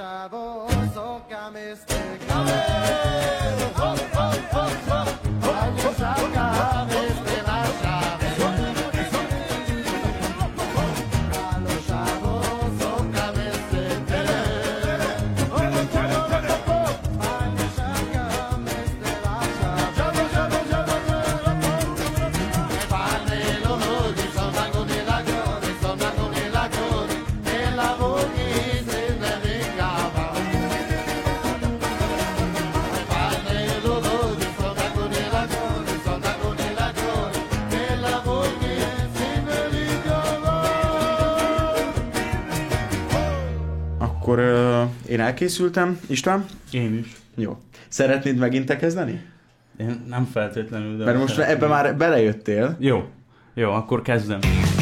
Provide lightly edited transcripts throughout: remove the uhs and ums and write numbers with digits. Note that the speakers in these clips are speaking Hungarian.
Akkor én elkészültem. István? Én is. Jó. Szeretnéd megint te kezdeni? Én nem feltétlenül, de... Mert most ebbe már belejöttél. Jó, akkor kezdem.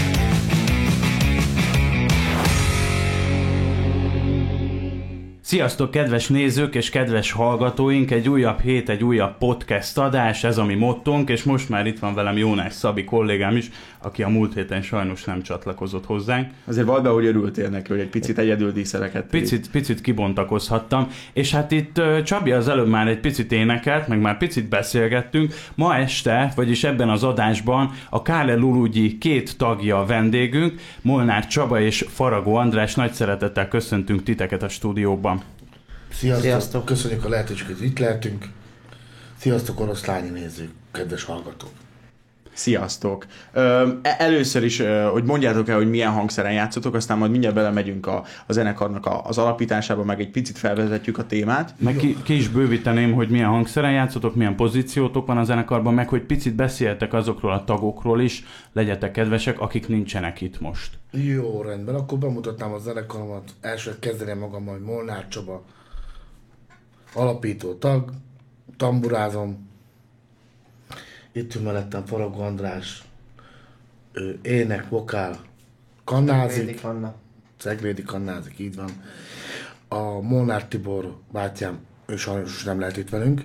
Sziasztok, kedves nézők és kedves hallgatóink! Egy újabb hét, egy újabb podcast adás, ez a mi mottónk, és most már itt van velem Jónás Szabi kollégám is, aki a múlt héten sajnos nem csatlakozott hozzánk. Azért vald be, hogy örültél neki, hogy egy picit egyedül díszelekedtél. Picit kibontakozhattam, és hát itt Csabi az előbb már egy picit énekelt, meg már picit beszélgettünk. Ma este, vagyis ebben az adásban a Kále Lulugyi két tagja a vendégünk, Molnár Csaba és Faragó András. Nagy szeretettel köszöntünk titeket a stúdióban. Sziasztok! Köszönjük a lehetőséget, hogy itt lehetünk. Sziasztok, oroszlányi nézők, kedves hallgatók! Sziasztok! Először is, hogy mondjátok el, hogy milyen hangszeren játszotok, aztán majd mindjárt belemegyünk a zenekarnak az alapításába, meg egy picit felvezetjük a témát. Meg ki is bővíteném, hogy milyen hangszeren játszotok, milyen pozíciótok van a zenekarban, meg hogy picit beszéltek azokról a tagokról is, legyetek kedvesek, akik nincsenek itt most. Jó, rendben, akkor bemutatnám a zenekaromat. Elsőre kezdeném magammal, hogy Molnár Csaba, alapító tag, tamburázom. Itt ül mellettem Faragó András, ének, vokál, kannázik. Ceglédi kannázik, így van. A Molnár Tibor bátyám, ő sajnos nem lehet itt velünk.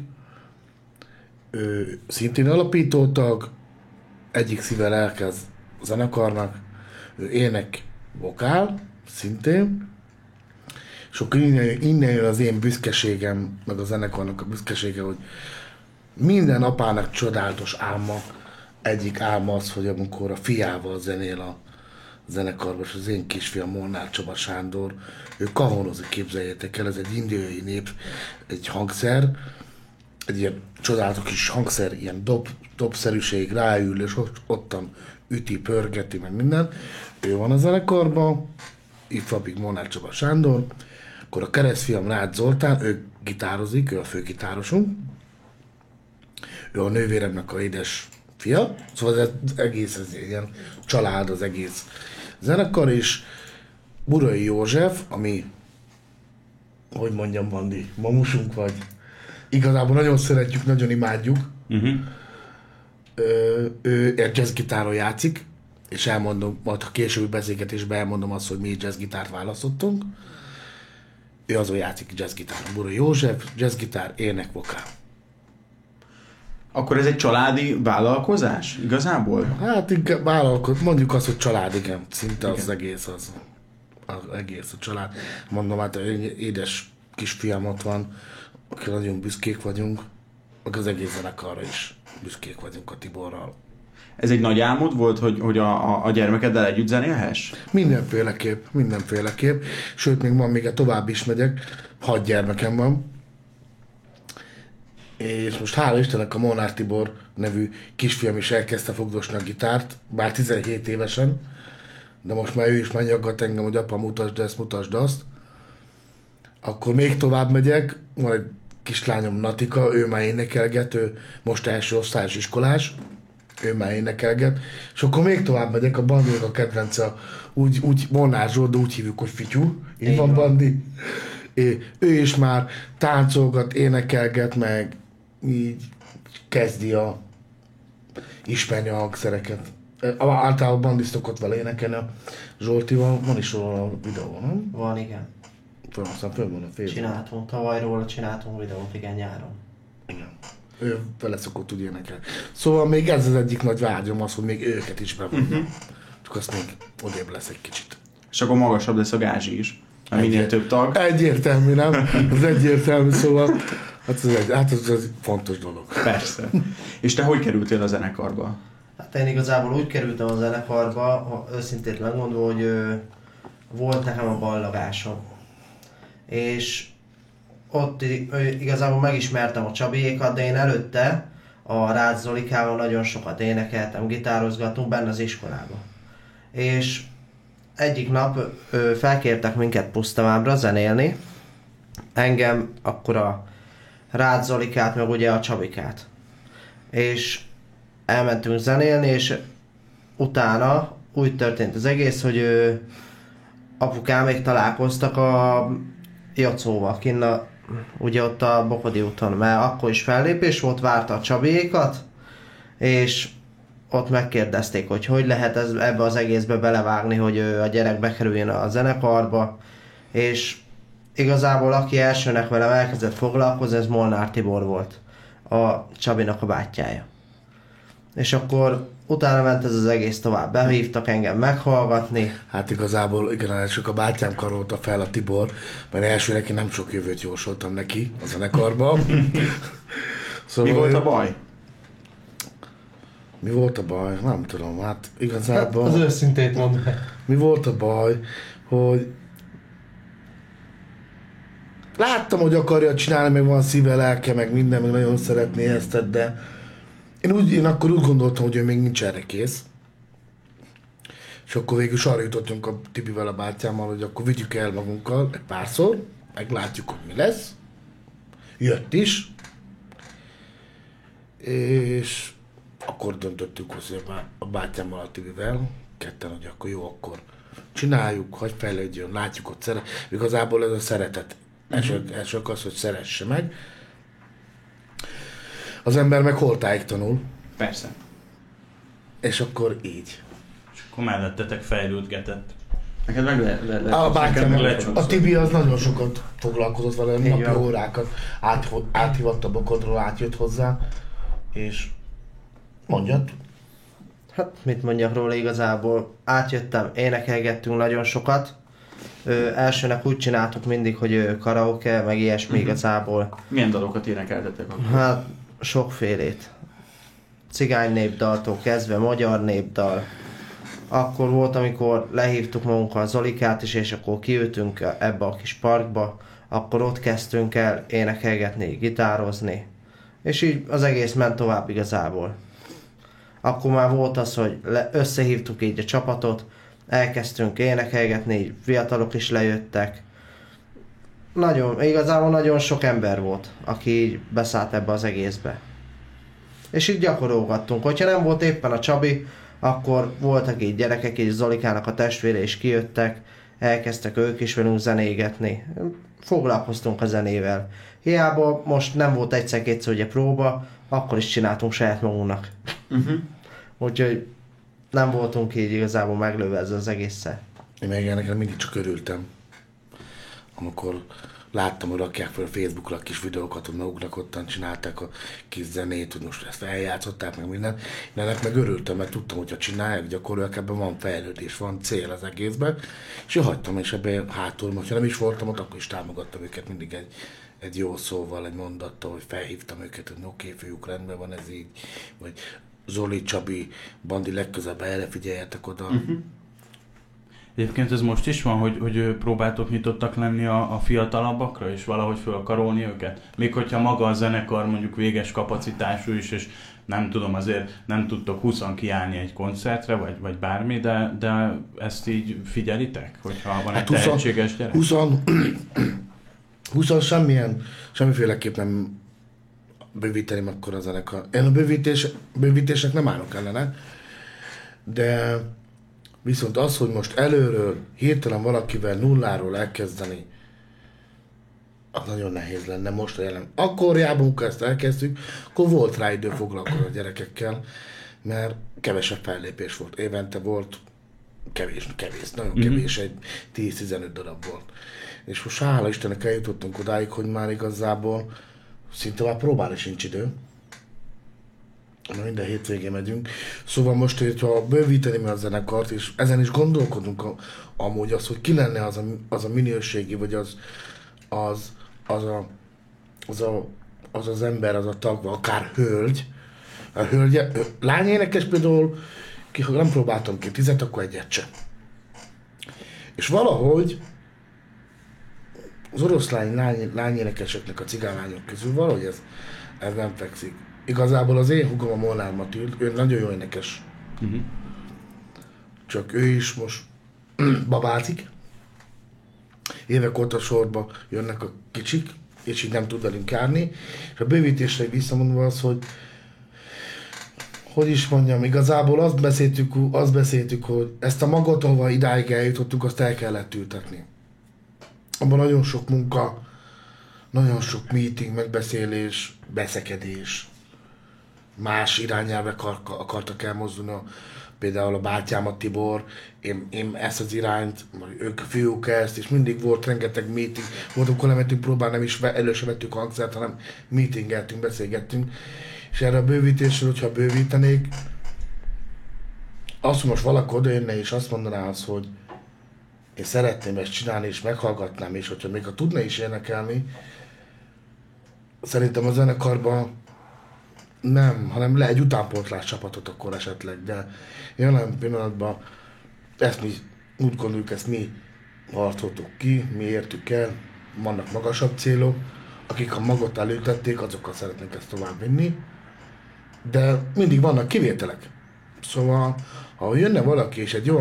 Ő szintén alapító tag, egyik szíve lelkez a zenekarnak. Ő ének, vokál, szintén. És akkor innen jön az én büszkeségem, meg a zenekarnak a büszkesége, hogy minden apának csodálatos álma, egyik álma az, hogy amikor a fiával zenél a zenekarban, és az én kisfiam Molnár Csaba Sándor, ő kahonozik, képzeljétek el, ez egy indiai nép, egy hangszer, egy ilyen csodálatos kis hangszer, ilyen dobszerűség, ráül, és ottan üti, pörgeti, meg minden. Ő van a zenekarban, ifjabbik Molnár Csaba Sándor, akkor a keresztfiam Rácz Zoltán, ő gitározik, ő a főgitárosunk, ő a nővéremnek a édes fia, szóval ez egész, ez ilyen család, az egész zenekar, és Burai József, ami, hogy mondjam, Bandi, mamusunk vagy, igazából nagyon szeretjük, nagyon imádjuk, ő egy jazzgitáron játszik, és elmondom, majd a későbbi beszélgetésben elmondom azt, hogy mi jazzgitárt választottunk. Ő azon játszik jazzgitáron. Burai József, jazzgitár, ének, vokál. Akkor ez egy családi vállalkozás igazából? Hát inkább mondjuk azt, hogy család, igen. Szinte igen. Az egész az egész a család. Mondom, hát édes kisfiam ott van, akik nagyon büszkék vagyunk, meg az egész zenekarra is büszkék vagyunk a Tiborral. Ez egy nagy álmod volt, hogy a gyermekeddel együtt zenélhess? Mindenféleképp. Sőt, még tovább is megyek, 6 gyermekem van. És most hála Istennek a Molnár Tibor nevű kisfiam is elkezdte fogdosni a gitárt, bár 17 évesen, de most már ő is megnyaggat engem, hogy apa, mutasd azt. Akkor még tovább megyek, majd kislányom Natika, ő már énekelget, ő most első osztályos iskolás, ő már énekelget, és akkor még tovább megyek, a Bandinak a kedvence, úgy Molnár Zsolt, de úgy hívjuk, hogy Fityu, így van Bandi. Ő is már táncolgat, énekelget, meg így kezdi ismerni a hangszereket. Általában Bandi szokott vele énekelni a Zsoltival, van is róla a videó, nem? Van, igen. Föl van a Facebook. Tavalyról csináltunk videót, igen, nyáron. Igen. Ő vele szokott úgy énekelni. Szóval még ez az egyik nagy vágyom az, hogy még őket is bevonjam. Csak azt még odébb lesz egy kicsit. És akkor magasabb lesz a gázsi is. Minél több tag. Egyértelmű, nem? Az egyértelmű, szóval ez fontos dolog. Persze. És te hogy kerültél a zenekarba? Hát én igazából úgy kerültem a zenekarba, őszintén megmondva, hogy volt nekem a ballagásom. És ott igazából megismertem a Csabiékat, de én előtte a Rácz Zolikával nagyon sokat énekeltem, gitározgattunk benne az iskolában. És egyik nap felkértek minket Pusztavámra zenélni, engem, akkor a Rácz Zolikát, meg ugye a Csabikát. És elmentünk zenélni, és utána úgy történt az egész, hogy apukámék találkoztak a Jacóval, ugye ott a Bokodi úton, mert akkor is fellépés volt, várta a Csabiékat, és ott megkérdezték, hogy lehet ebbe az egészbe belevágni, hogy a gyerek bekerüljön a zenekarba, és igazából aki elsőnek velem elkezdett foglalkozni, ez Molnár Tibor volt, a Csabinak a bátyjája. És akkor utána ment ez az egész tovább. Behívtak engem meghallgatni. Hát igazából igen, csak a bátyám karolta fel a Tibor, mert első neki nem sok jövőt jósoltam neki a zenekarban. Szóval mi volt a baj? Mi volt a baj? Nem tudom, hát igazából... Az őszintét mondd meg. Mi volt a baj, hogy láttam, hogy akarja csinálni, meg van szíve, lelke, meg minden, meg nagyon szeretné ezt, de én akkor úgy gondoltam, hogy ő még nincs erre kész. És akkor végül is arra jutottunk a Tibivel, a bátyámmal, hogy akkor vigyük el magunkkal egy párszor, meglátjuk, hogy mi lesz. Jött is. És akkor döntöttük, hogy a bátyámmal, a Tibivel, ketten, hogy akkor jó, akkor csináljuk, hagyj fejlődjön, látjuk, hogy igazából ez a szeretet. Első az, hogy szeresse meg. Az ember meg holtáig tanul. Persze. És akkor így. És akkor mellettetek fejlődgetett. Neked meg A bátyám, lecsúszott. a Tibi az nagyon sokat foglalkozott vele, napi órákat, áthívatta a Bokodról, átjött hozzá, és mondjad. Hát mit mondjak róla igazából, átjöttem, énekelgettünk nagyon sokat. Elsőnek úgy csináltuk mindig, hogy karaoke, meg ilyesmi igazából. Milyen dalokat énekeltetek akkor? Hát sokfélét. Cigány népdaltól kezdve magyar népdal. Akkor volt, amikor lehívtuk magunkkal Zolikát is, és akkor kiültünk ebbe a kis parkba, akkor ott kezdtünk el énekelgetni, gitározni. És így az egész ment tovább igazából. Akkor már volt az, hogy összehívtuk így a csapatot, elkezdtünk énekelgetni, így fiatalok is lejöttek. Igazából nagyon sok ember volt, aki így beszállt ebbe az egészbe. És így gyakorolgattunk. Hogyha nem volt éppen a Csabi, akkor voltak így gyerekek, így Zolikának a testvére is kijöttek, elkezdtek ők is velünk zenégetni. Foglalkoztunk a zenével. Hiába most nem volt egyszer-kétszer ugye próba, akkor is csináltunk saját magunknak. Úgyhogy nem voltunk így igazából meglőve ezzel az egésszel. Én meg nekem mindig csak örültem, amikor láttam, hogy rakják fel a Facebookra a kis videókat, hogy maguknak ottan csinálták a kis zenét, hogy most ezt eljátszották, meg minden. Én ennek meg örültem, mert tudtam, hogy ha csinálják, gyakorlatilag ebben van fejlődés, van cél az egészben. És én hagytam, és ebben hátul, ha nem is voltam ott, akkor is támogattam őket mindig egy jó szóval, egy mondattal, hogy felhívtam őket, hogy oké, fiúk, rendben van ez így, vagy Zoli, Csabi, Bandi, legközelebb erre figyeljetek oda. Egyébként ez most is van, hogy próbáltok nyitottak lenni a fiatalabbakra, és valahogy fölkarolni őket? Még hogyha maga a zenekar mondjuk véges kapacitású is, és nem tudom, azért nem tudtok 20-an kiállni egy koncertre, vagy bármi, de ezt így figyelitek? Hogyha van egy tehetséges gyerek? 20 semmiféleképp nem bővíteni akkor a zenekar. Én a bővítésnek nem állok ellene, de viszont az, hogy most előről hirtelen valakivel nulláról elkezdeni, az nagyon nehéz lenne most a jelen. Akkorjában, amikor ezt elkezdtük, akkor volt rá idő foglalkozni a gyerekekkel, mert kevesebb fellépés volt. Évente volt kevés, nagyon kevés, egy 10-15 darab volt. És most hála Istennek eljutottunk odáig, hogy már igazából szinte már próbálni sincs idő. Minden hétvégén megyünk. Szóval most, hogyha bővíteni a zenekart, és ezen is gondolkodunk amúgy az, hogy ki lenne az a minőségi, vagy az ember, az a tag, akár hölgy. A hölgye, lányénekes például, ha nem próbáltam ki 10, akkor egyet sem. És valahogy az oroszlány lányénekeseknek a cigánlányok közül valahogy ez nem fekszik. Igazából az én húgom a Molnár Matild, ő nagyon jó énekes. Csak ő is most babázik. Évek óta sorba jönnek a kicsik, és így nem tud velünk járni. És a bővítésre visszamondva az, hogy is mondjam, igazából azt beszéltük, hogy ezt a magot, ahova idáig eljutottuk, azt el kellett ültetni. Abban nagyon sok munka, nagyon sok meeting, megbeszélés, beszekedés, más irányelvek akartak elmozdulni, például a bátyám, a Tibor, én ezt az irányt, ők a fiúk ezt, és mindig volt rengeteg meeting, volt, amikor lementünk próbálni, nem is előse vettük a hangszert, hanem meetingeltünk, beszélgettünk, és erre a bővítésről, hogyha bővítenék, azt, hogy most valaki odajönne és azt mondaná az, hogy én szeretném ezt csinálni, és meghallgatnám, és hogyha még ha tudna is énekelni, szerintem a zenekarban nem, hanem le egy utánpótlás csapatot akkor esetleg, de jelen pillanatban ezt mi úgy gondoljuk, ezt mi harcoltuk ki, mi értük el, vannak magasabb célok, akik a magot előtették, azokkal szeretnék ezt tovább vinni, de mindig vannak kivételek. Szóval, ha jönne valaki és egy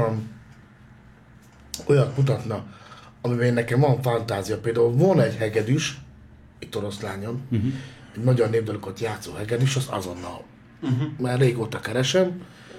olyat mutatna, amiben nekem van fantázia, például volna egy hegedűs, itt Oroszlányon, egy magyar népdalokat játszó hegedűs, az azonnal. Már régóta keresem.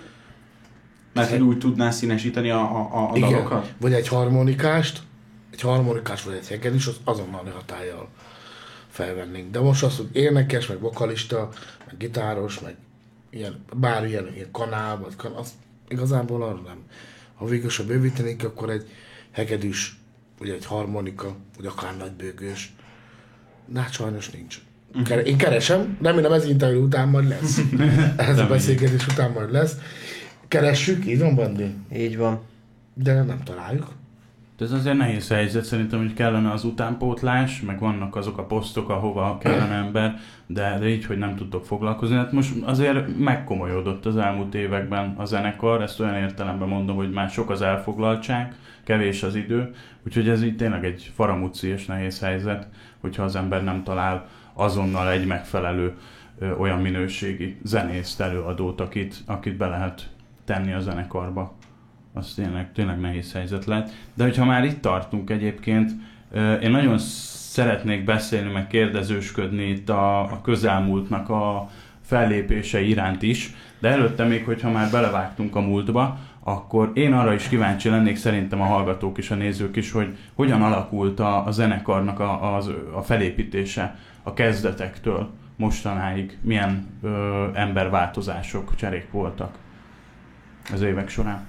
Mert hogy úgy tudnál színesíteni a igen, dalokat? Vagy egy harmonikás vagy egy hegedűs, az azonnal hatállyal felvennénk. De most az, hogy énekes, meg vokalista, meg gitáros, meg ilyen kanál, vagy az igazából arra nem. Ha végül bővítenénk, akkor egy hegedűs, vagy egy harmonika, vagy akár nagybőgős. De hát sajnos nincs. Én keresem, remélem ez interjú után majd lesz. Ez a beszélgetés után majd lesz. Keressük, így van, Bandi? Így van. De nem találjuk. Ez azért nehéz helyzet, szerintem, hogy kellene az utánpótlás, meg vannak azok a posztok, ahova kellene ember, de így, hogy nem tudtok foglalkozni. Hát most azért megkomolyodott az elmúlt években a zenekar, ezt olyan értelemben mondom, hogy már sok az elfoglaltság, kevés az idő, úgyhogy ez így tényleg egy faramúci és nehéz helyzet, hogyha az ember nem talál azonnal egy megfelelő olyan minőségi zenészt, előadót, akit be lehet tenni a zenekarba. Az tényleg nehéz helyzet lehet. De hogyha már itt tartunk egyébként, én nagyon szeretnék beszélni, meg kérdezősködni itt a közelmúltnak a fellépése iránt is, de előtte még, hogyha már belevágtunk a múltba, akkor én arra is kíváncsi lennék, szerintem a hallgatók is, a nézők is, hogy hogyan alakult a zenekarnak a felépítése a kezdetektől mostanáig, milyen emberváltozások, cserék voltak az évek során.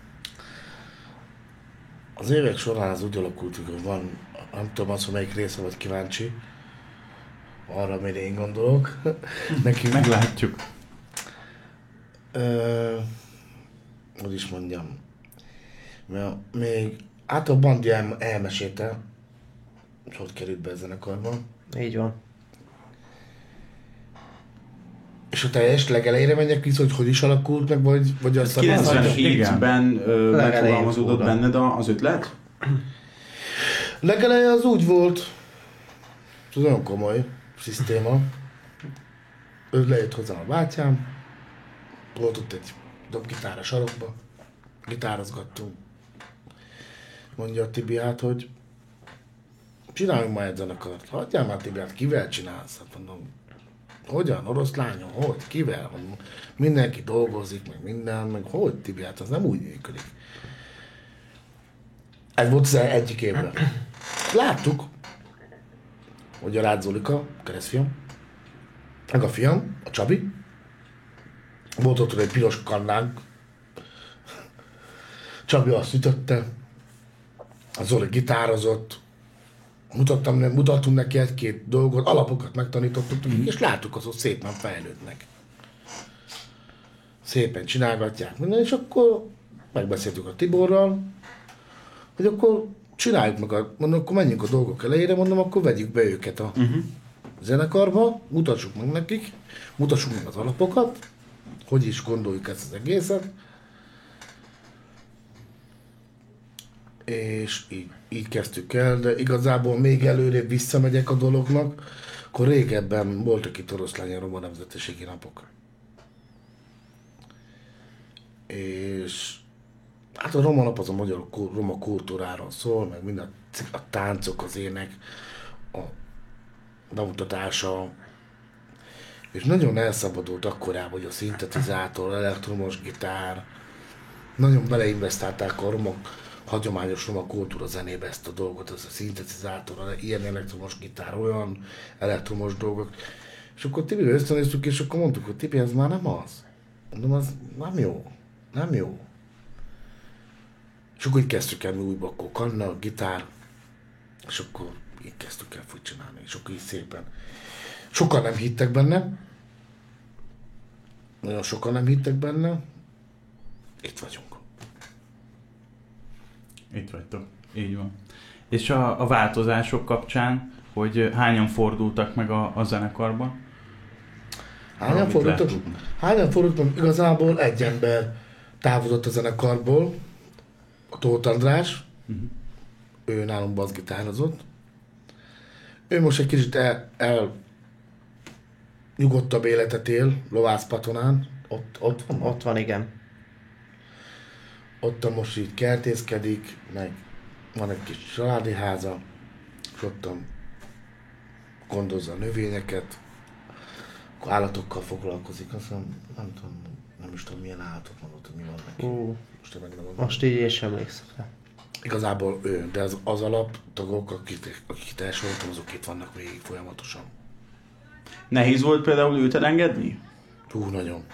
Az évek során az úgy alakult, hogy van, nem tudom azt, hogy melyik része vagy kíváncsi, arra, amire én gondolok. Nekünk meglátjuk. Hogy is mondjam. Mert még a Bandi elmesélte, hogy került be a zenekarban. Így van. És a teljes legelejére menjek vissza, hogy is alakult meg, vagy azt 97-ben megfogalmazódott benned az ötlet? Legeleje az úgy volt, ez nagyon komoly szisztéma. Ő lejött hozzám a bátyám, volt ott egy dobgitár a sarokba, gitározgattunk. Mondja a Tibi, hogy csináljunk már egy zenekart. Hagyjál már Tibi, kivel csinálsz? Hát mondom, hogyan? Oroszlányon? Hogy? Kivel? Mindenki dolgozik, meg minden, meg hogy Tibi? Hát az nem úgy működik. Ez volt az egyik évben. Láttuk, hogy a Rácz Zolika, keresztfiam, meg a fiam, a Csabi, volt ott egy piros kannánk, Csabi azt ütötte, a Zoli gitározott, mutattunk neki egy-két dolgot, alapokat megtanítottuk, és láttuk, hogy szépen fejlődnek. szépen csinálgatják minden, és akkor megbeszéltük a Tiborral, hogy akkor csináljuk meg, mondom, akkor menjünk a dolgok elejére, mondom, akkor vegyük be őket a zenekarba, mutassuk meg nekik, mutassuk meg az alapokat, hogy is gondoljuk ezt az egészet, és így kezdtük el, de igazából még előrébb visszamegyek a dolognak, akkor régebben voltak itt Oroszlányi Roma Nemzetiségi Napok. És hát a Roma Nap az a magyar roma kultúráról szól, meg minden a táncok, az ének, a bemutatása, és nagyon elszabadult akkorában, hogy a szintetizátor, elektromos gitár, nagyon beleinvestálták a hagyományos roma kultúra zenébe ezt a dolgot, ez a szintetizátor, ilyen elektromos gitár, olyan elektromos dolgok. És akkor Tibivel összenéztük, és akkor mondtuk, hogy Tibi, ez már nem az. Mondom, az nem jó, nem jó. És akkor így kezdtük el mi újba, akkor kanna, gitár, és akkor így kezdtük el csinálni, és akkor így szépen. Sokan nem hittek benne, nagyon sokan nem hittek benne, itt vagyunk. Itt vagytok, így van. És a változások kapcsán, hogy hányan fordultak meg a zenekarban? Hányan fordultak? Igazából egy ember távozott a zenekarból, a Tóth András, ő nálunk basszgitározott. Ő most egy kicsit nyugodtabb életet él, Lovászpatonán. Ott van, igen. Ottan most így kertészkedik, meg van egy kis családi háza, és ottan gondozza a növényeket, akkor állatokkal foglalkozik, azt nem tudom, nem is tudom milyen állatot mondott, hogy mi van neki. Most így én sem emlékszem rá. Igazából ő, de az alaptagok, akik elsoroltam, azok itt vannak végig folyamatosan. Nehéz volt például őt elengedni? Nagyon.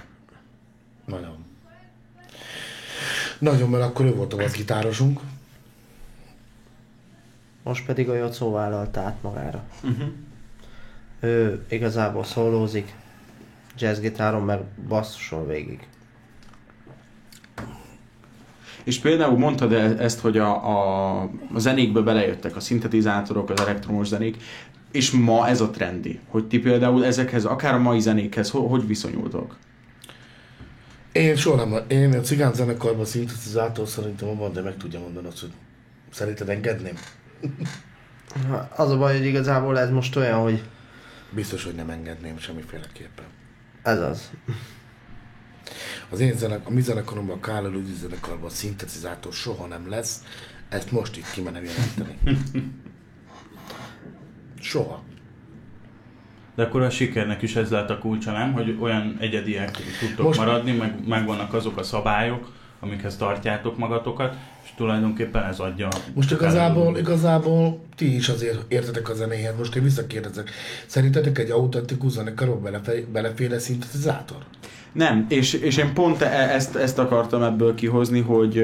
Nagyon, mert akkor ő volt a basszgitárosunk. Most pedig a Jocó vállalta át magára. Ő igazából szólózik, jazzgitáron meg basszuson végig. És például mondtad ezt, hogy a zenékbe belejöttek a szintetizátorok, az elektromos zenék, és ma ez a trendi, hogy ti például ezekhez, akár a mai zenékhez, hogy viszonyultok? Én soha nem, én a cigán zenekarban szintetizátor szerintem van, de meg tudja mondani azt, hogy szerinted engedném? Az a baj, hogy igazából ez most olyan, hogy... Biztos, hogy nem engedném semmiféleképpen. Ez az. A mi zenekaromban, a Kállel Ludi zenekarban a szintetizátor soha nem lesz, ezt most itt kimenem jelenteni. Soha. De akkor a sikernek is ez lehet a kulcsa, nem? Hogy olyan egyediek tudtok maradni, meg vannak azok a szabályok, amikhez tartjátok magatokat, és tulajdonképpen ez adja... Most igazából ti is azért értetek a zenéhez. Most én visszakérdezek. Szerintetek egy autentikus zenekarba belefér szintetizátor? Nem, és én pont ezt akartam ebből kihozni, hogy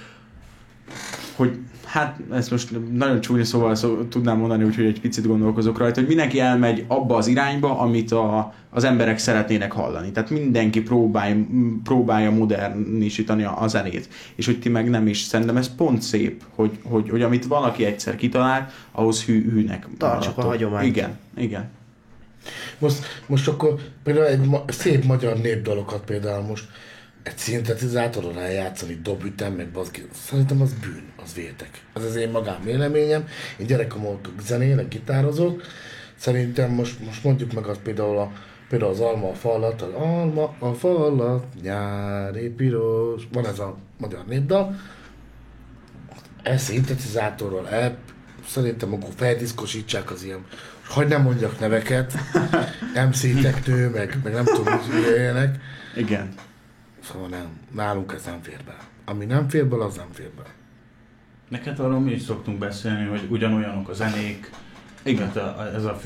hát ezt most nagyon csúnya szóval tudnám mondani, úgyhogy egy picit gondolkozok rajta, hogy mindenki elmegy abba az irányba, amit az emberek szeretnének hallani. Tehát mindenki próbálja modernisítani a zenét. És hogy ti meg nem is. Szerintem ez pont szép, hogy amit valaki egyszer kitalált, ahhoz hűnek tartsuk a hagyományt. Igen. Most akkor például egy szép magyar népdalokat például most egy szintetizátoron eljátszani, dobütem, meg baszki, szerintem az bűn, az vétek. Ez az én magám véleményem. Én gyerekem óta zenélek, gitározok. Szerintem most mondjuk meg azt például az alma a fallat, az alma a fallat, nyári piros, van ez a magyar népdal. Ez szintetizátorral, szerintem akkor feldiszkosítsák az ilyen, hogy nem mondjak neveket, MC-teknő, meg nem tudom, hogy ilyenek. Igen. Szóval nem, nálunk ez nem fér be. Ami nem fér be, az nem fér be. Neked arról mi is szoktunk beszélni, hogy ugyanolyanok a zenék. Igen. Ez a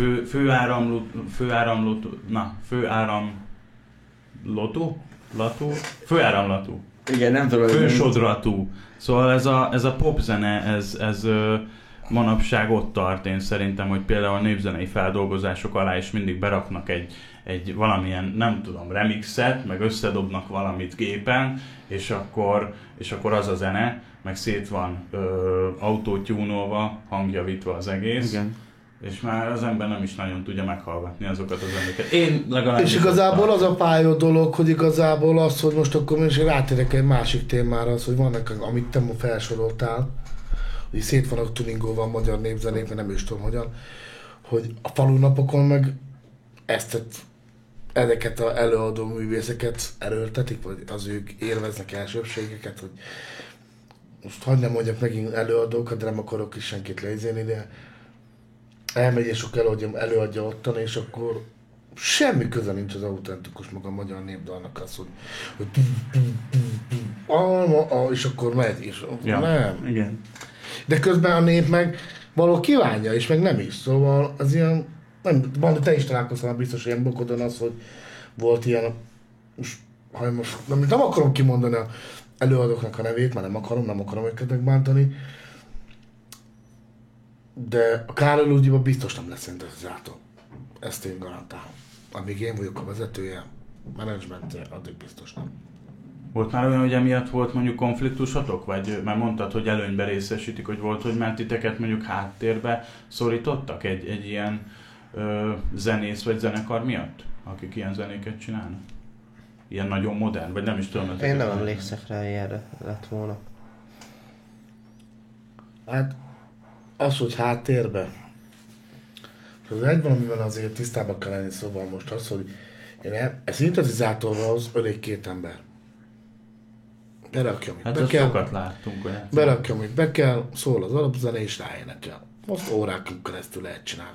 főáramlatú. Igen, nem tudom. Fősodratú. Szóval ez a popzene, ez manapság ott tart, én szerintem, hogy például népzenei feldolgozások alá is mindig beraknak egy valamilyen, nem tudom, remixet, meg összedobnak valamit gépen, és akkor az a zene, meg szét van autótyúnolva, hangjavítva az egész. Igen. És már az ember nem is nagyon tudja meghallgatni azokat az zenéket. Én legalábbis... És igazából az a pályó dolog, hogy igazából az, hogy most akkor is rátérek egy másik témára, az, hogy vannak, amit te ma felsoroltál, hogy szét vannak tuningolva a magyar népzenék, mert nem is tudom hogyan, hogy a falunapokon meg ezeket az előadó művészeket erőltetik, vagy az ők élveznek elsőbségeket, hogy most hagyd nem mondjak megint előadókat, de nem akarok is senkit leizélni, de elmegy és akkor előadja ottan, és akkor semmi köze nincs az autentikus maga a magyar népdalnak az, hogy és akkor megy, és ja, nem. Igen. De közben a nép meg való kívánja, és meg nem is, szóval az ilyen, nem, Bandi, te is találkoztál biztos ilyen bokodon az, hogy volt ilyen, most nem akarom kimondani a előadóknak a nevét, mert nem akarom őket megbántani, de a Károly Lugyiban biztos nem lesz szintetizátor. Ezt én garantálom. Amíg én vagyok a vezetője, menedzsmentje, addig biztos nem. Volt már olyan, hogy emiatt volt mondjuk konfliktusotok? Vagy már mondtad, hogy előnyben részesítik, hogy volt, hogy már titeket mondjuk háttérbe szorítottak egy ilyen zenész vagy zenekar miatt? Akik ilyen zenéket csinálnak? Ilyen nagyon modern, vagy nem is tudom. Én nem emlékszek rá, ilyenre lett volna. Hát az, hogy háttérbe. Az egy valamivel azért tisztában kell lenni, szóval most az, hogy egy szintetizátorhoz ölik két ember. Berakja, amit hát be kell. sokat láttunk olyan. Berakja, amit be kell, szól az alapzene és ráénekel. Most órákon keresztül lehet csinálni.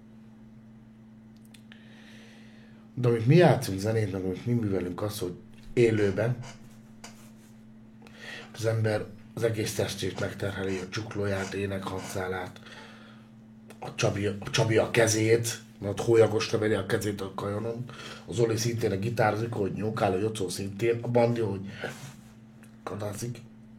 De amit mi játszunk zenét, meg amit mi művelünk az, hogy élőben az ember az egész testét megterheli, a csuklóját, énekhangszálát, a Csabi a kezét, mert hólyagosra veri a kezét a kajonon, az Oli szintén a gitározik, hogy nyókál, a Jocó szintén, a Bandi, hogy kadázik.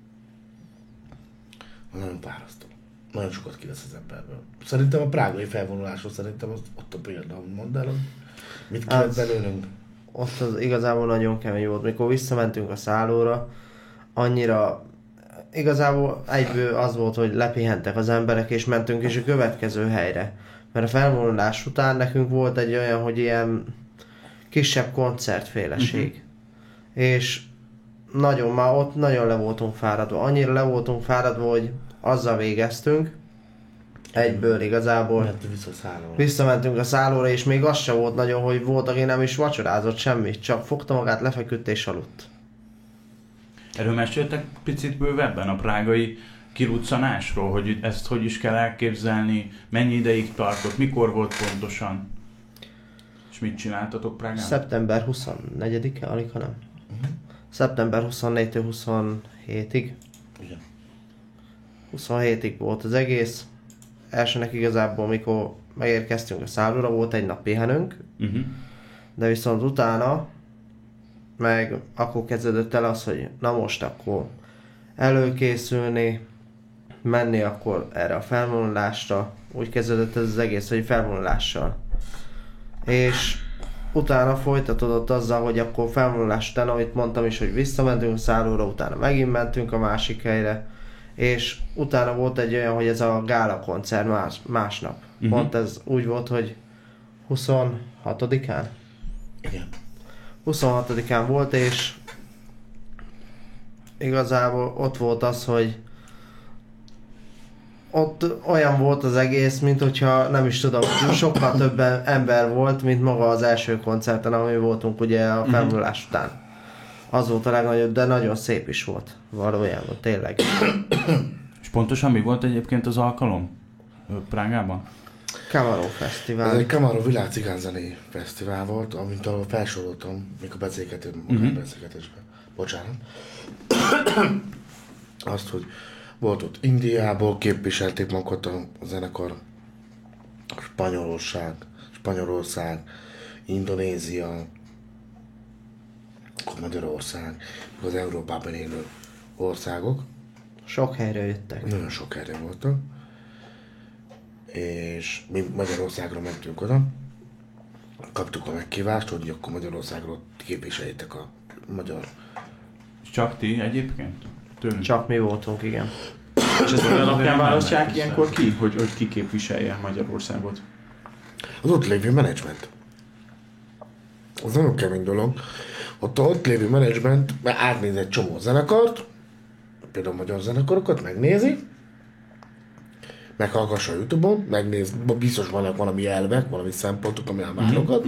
Nagyon párasztó. Nagyon sokat kivesz az emberből. Szerintem a prágai felvonulásról szerintem az ott a példa, hogy mondd el, hogy mit kellett belőlünk. Ott az igazából nagyon kemény volt. Mikor visszamentünk a szállóra, annyira igazából egyből az volt, hogy lepihentek az emberek, és mentünk is a következő helyre. Mert a felvonulás után nekünk volt egy olyan, hogy ilyen kisebb koncertféleség. És már ott nagyon le voltunk fáradva. Annyira le voltunk fáradva, hogy azzal végeztünk. Egyből igazából visszamentünk a szállóra, és még az sem volt nagyon, hogy volt, aki nem is vacsorázott semmit, csak fogta magát, lefeküdt és aludt. Erről meséltek picit bővebben a prágai kiruccanásról, hogy ezt hogy is kell elképzelni, mennyi ideig tartott, mikor volt pontosan, és mit csináltatok Prágán? Szeptember 24-e, alig ha nem. Szeptember 24-től 27-ig. Igen. 27-ig volt az egész. Elsőnek igazából, mikor megérkeztünk a szállóra, volt egy nap pihenünk, de viszont utána meg akkor kezdődött el az, hogy na most akkor előkészülni, menni akkor erre a felvonulásra. Úgy kezdődött ez az egész, hogy felvonulással. És utána folytatódott azzal, hogy akkor felvonulás után, amit mondtam is, hogy visszamentünk a szállóra, utána megint mentünk a másik helyre, és utána volt egy olyan, hogy ez a gála koncert másnap. Pont ez úgy volt, hogy 26-án? Igen. 26-án volt, és igazából ott volt az, hogy ott olyan volt az egész, mint hogyha nem is tudom, sokkal több ember volt, mint maga az első koncerten, ami voltunk ugye a felvonulás után. Az volt a legnagyobb, de nagyon szép is volt. Valójában, tényleg. És pontosan mi volt egyébként az alkalom Prágában? Kamaró Fesztivál. Ez egy Kamaró világcigányzenei fesztivál volt, amit felsoroltam, mikor beszélgetésben. Bocsánat. Azt, hogy volt ott Indiából, képviselték magukat a zenekar, Spanyolország, Indonézia, Magyarország, az Európában élő országok. Sok helyre jöttek. Nagyon sok helyre voltak. és mi Magyarországra mentünk oda. Kaptuk a meghívást, hogy akkor Magyarországról képviseljétek a magyar. Csak ti egyébként? Tőlünk? Csak mi voltunk, igen. És ezt olyan alapján választják ilyenkor ki, hogy ki képviselje Magyarországot? Az ott lévő menedzsment. Az nagyon kemény dolog. Ott lévő menedzsment átnéz egy csomó zenekart, például magyar zenekarokat, megnézi, meghallgassa a Youtube-on, megnéz, biztos vannak valami elvek, valami szempontok, ami válogat.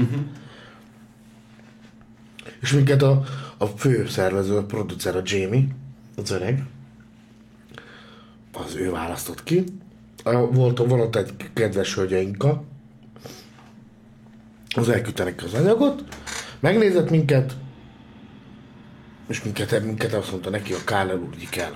És minket a fő szervező, a producer, a Jamie, az öreg, az ő választott ki. Van ott egy kedves hölgye Inka, az elküldte neki az anyagot, megnézett minket, és minket azt mondta neki, a Kárle Lurgyi kell.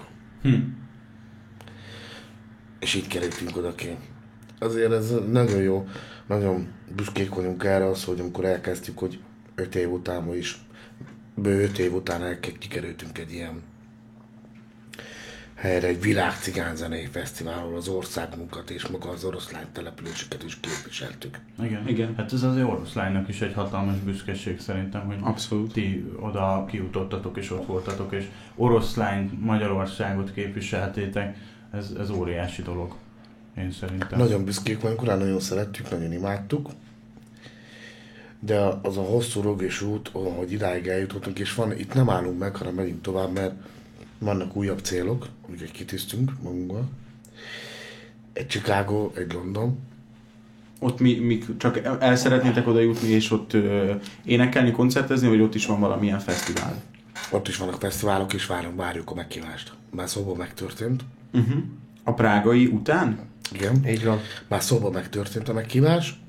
És így kerültünk oda ki. Azért ez nagyon jó, nagyon büszkék vagyunk erre az, hogy amikor elkezdtük, hogy 5 év után ma is, 5 év után kikerültünk egy ilyen helyre, egy világ cigányzenei fesztiválon az országunkat és maga az oroszlány településeket is képviseltük. Igen. Hát ez az oroszlánynak is egy hatalmas büszkeség szerintem, hogy abszolút. Ti oda kijutottatok és ott voltatok, és oroszlány Magyarországot képviseltétek. Ez óriási dolog, én szerintem. Nagyon büszkék vagyunk rá, nagyon szerettük, nagyon imádtuk. De az a hosszú rögés út, hogy idáig eljutottunk, és itt nem állunk meg, hanem megyünk tovább, mert vannak újabb célok, úgyhogy kitűztünk magunkba. Egy Chicago, egy London. Ott mi csak el szeretnétek oda jutni, és ott énekelni, koncertezni, vagy ott is van valamilyen fesztivál? Ott is vannak fesztiválok, és várjuk a meghívást. Már szóban megtörtént. A prágai után? Igen. Így van. Már szóban megtörtént a meghívás.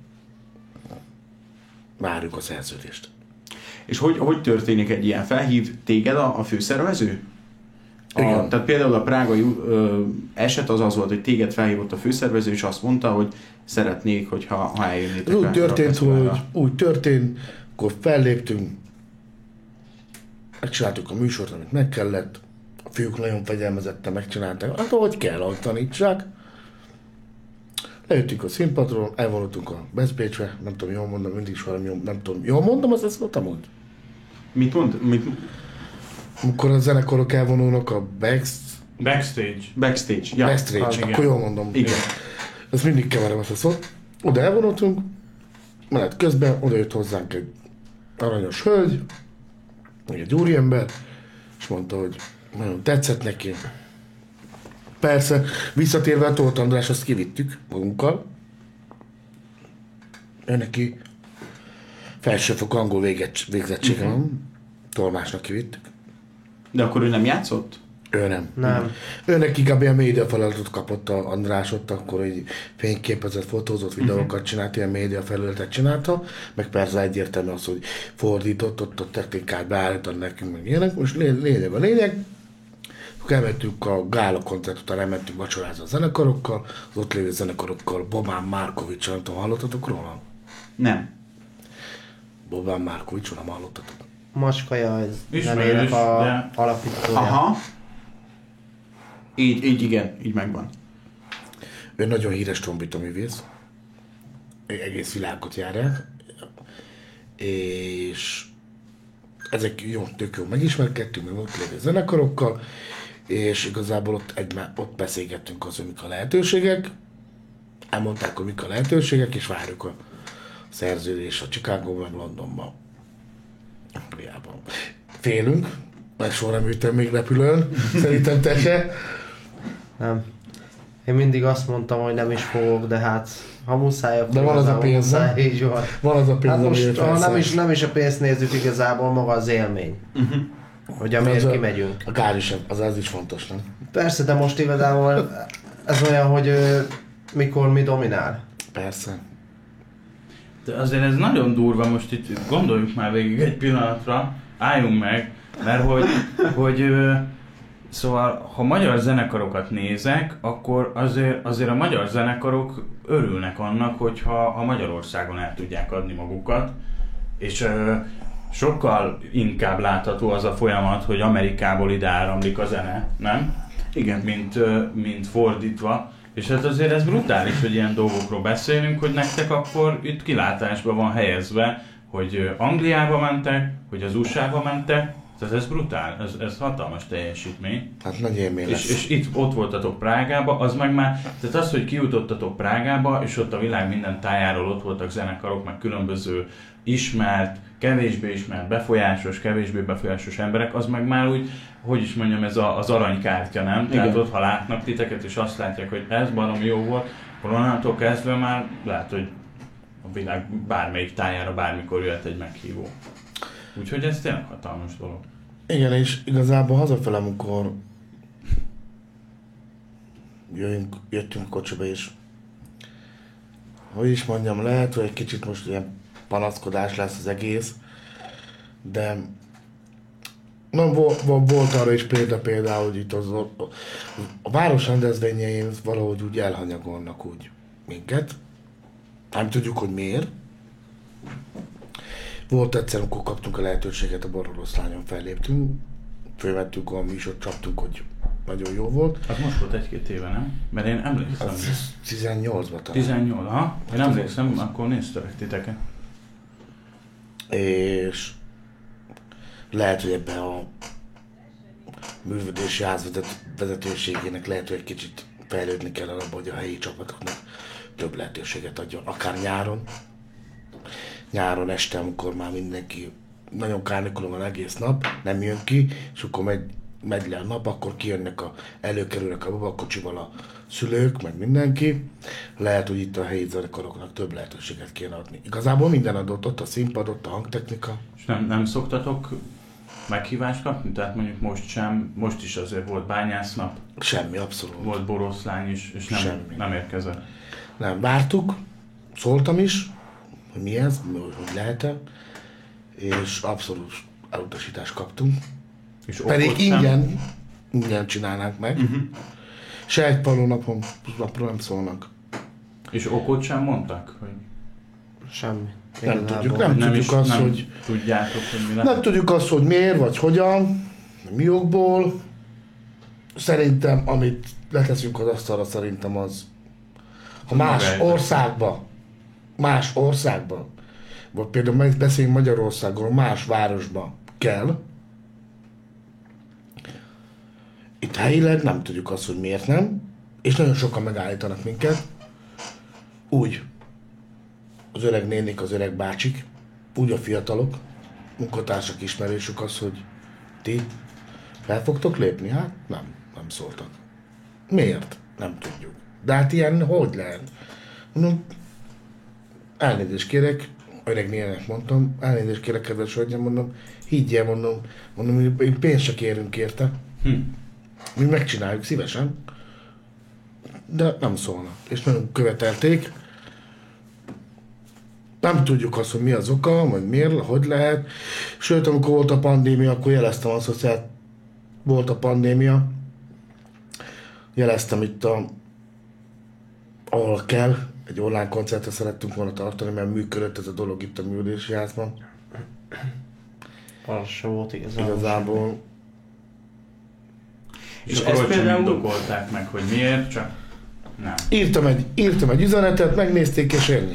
Várjuk a szerződést. És hogy történik egy ilyen? Felhív téged a főszervező? Igen. Tehát például a prágai eset az volt, hogy téged felhívott a főszervező, és azt mondta, hogy szeretnék, hogyha eljönnétek. Úgy történt, akkor felléptünk, megcsináltuk a műsort, amit meg kellett, a fiúk nagyon fegyelmezetten megcsinálták, hát ahogy kell, ahogy tanítsák. Lejöttünk a színpadról, elvonultunk a Beszpécsre, nem tudom, jól mondom, mindig is valami jól, nem tudom, jól mondom, azt mondtam, hogy? Mit mond? Amikor a zenekarok elvonulnak a Backstage. Ja. Backstage, akkor jól mondom. Igen. Ezt mindig keverem ezt a szót. Oda elvonultunk, menet közben oda jött hozzánk egy aranyos hölgy, egy úriember, és mondta, hogy nagyon tetszett neki. Persze, visszatérve a Tóth András, azt kivittük magunkkal. Ő neki felsőfokú angol végzettsége van, tolmásnak kivittük. De akkor ő nem játszott? Ő nem. Nem. Ő neki kb. A média feladatot kapott a András ott, akkor egy fényképezett, fotózott, videókat csinált, ilyen média felületet csinálta, meg persze egyértelmű az, hogy fordított, ott a technikát beállítani nekünk, meg ilyenek. Most lényeg a lényeg. Akkor elmentünk a gála koncert után, elmentünk vacsorázni a zenekarokkal, az ott lévő zenekarokkal, Bobán Márkovics, nem tudom, hallottatok róla? Nem. Bobán Márkovics, nem hallottatok? Macskaja, ez Ismerős, zenének a de... alapítója. Aha. Így igen, így megvan. Ő nagyon híres trombitoművész. Egész világot jár el. És ezek tök jó megismerkedtünk, meg ott lévő zenekarokkal, és igazából ott beszélgettünk azon, mik a lehetőségek. Elmondták, hogy mik a lehetőségek, és várjuk a szerződést a Chicagóban, Londonban. Angliában. Félünk, mert soha nem ültem még repülőn, szerintem te se. Nem. Én mindig azt mondtam, hogy nem is fogok, de hát ha muszáj, akkor de van az a pénz, muszáj, így van. Van az a pénz, hát most, ha nem is a pénzt nézzük, igazából maga az élmény. Hogy amiért kimegyünk. A kár is, az is fontos, nem? Persze, de most igazából ez olyan, hogy mikor mi dominál. Persze. De azért ez nagyon durva, most itt gondoljuk már végig egy pillanatra, álljunk meg, mert hogy szóval, ha magyar zenekarokat nézek, akkor azért a magyar zenekarok örülnek annak, hogyha Magyarországon el tudják adni magukat, és sokkal inkább látható az a folyamat, hogy Amerikából ide áramlik a zene, nem? Igen. Mint fordítva. És hát azért ez brutális, hogy ilyen dolgokról beszélünk, hogy nektek akkor itt kilátásba van helyezve, hogy Angliába mentek, hogy az USA-ba mentek, tehát ez brutál, ez hatalmas teljesítmény. Hát nagy élmény lesz. És ott voltatok Prágába, az meg már, tehát az, hogy kijutottatok Prágába, és ott a világ minden tájáról ott voltak zenekarok, meg különböző ismert, kevésbé ismert, befolyásos, kevésbé befolyásos emberek, az meg már úgy, hogy is mondjam, ez az aranykártya, nem? Igen. Tehát ott, ha látnak titeket, és azt látják, hogy ez baromi jó volt, akkor onnantól kezdve már lehet, hogy a világ bármelyik tájára bármikor jöhet egy meghívó. Úgyhogy ez tényleg hatalmas dolog. Igen, és igazából hazafele, amikor jöttünk kocsiba is, hogy is mondjam, lehet, hogy egy kicsit most ilyen panaszkodás lesz az egész, de volt arra is például, hogy itt a város rendezvényein valahogy úgy elhanyagolnak úgy minket. Nem tudjuk, hogy miért. Volt egyszer, amikor kaptunk a lehetőséget, a Bororoszlányon felléptünk, fölvettük a műsort, csaptunk, hogy nagyon jó volt. Az most volt 1-2 éve, nem? Mert én emlékszem. 18-ban talán. 18, aha. Én emlékszem, akkor néztelek titeket. És lehet, hogy ebben a művelődési ház vezetőségének lehet, hogy egy kicsit fejlődni kell arra, hogy a helyi csapatoknak több lehetőséget adjon, akár nyáron. Nyáron este, amikor már mindenki nagyon kánikulon van egész nap, nem jön ki, és akkor megy le a nap, akkor kijönnek előkerülnek a babakocsival a szülők, meg mindenki. Lehet, hogy itt a helyi zenekaroknak több lehetőséget kéne adni. Igazából minden adott, ott a színpad, ott a hangtechnika. És nem szoktatok meghívást kapni? Tehát mondjuk most sem, most is azért volt bányásznap. Semmi, abszolút. Volt Boroszlány is, és nem érkezett. Nem, vártuk, szóltam is, hogy mi ez, hogy lehet-e, és abszolút elutasítást kaptunk. És pedig ingyen csinálnánk meg. Se egy napról nem szólnak. És okot sem mondtak? Hogy... Semmi. Nem tudjuk azt, hogy... Tudjátok, hogy mi lehet? Nem tudjuk azt, hogy miért, vagy hogyan, mi okból. Szerintem, amit leteszünk az asztalra, szerintem az... Ha más országban, vagy például beszéljünk Magyarországról, más városban kell, itt helyileg nem tudjuk azt, hogy miért nem, és nagyon sokan megállítanak minket, úgy az öreg nénik, az öreg bácsik, úgy a fiatalok, munkatársak, ismerősük az, hogy ti fel fogtok lépni? Hát nem szóltak. Miért? Nem tudjuk. De hát ilyen hogy lehet? Mondom, elnézést kérek, öreg nének mondtam, elnézést kérek, kedves hölgyem, mondom, higgyel, mondom, mi pénzt se kérünk érte. Mi megcsináljuk szívesen, de nem szólnak. És nagyon követelték. Nem tudjuk azt, hogy mi az oka, vagy miért, hogy lehet. Sőt, amikor volt a pandémia, akkor jeleztem azt, hogy volt a pandémia. Jeleztem itt ahol kell, egy online koncertet szerettünk volna tartani, mert működött ez a dolog itt a művelési házban. Az se volt igazából. És ezt például indokolták meg, hogy miért, csak nem. Írtam egy üzenetet, megnézték és ennyi.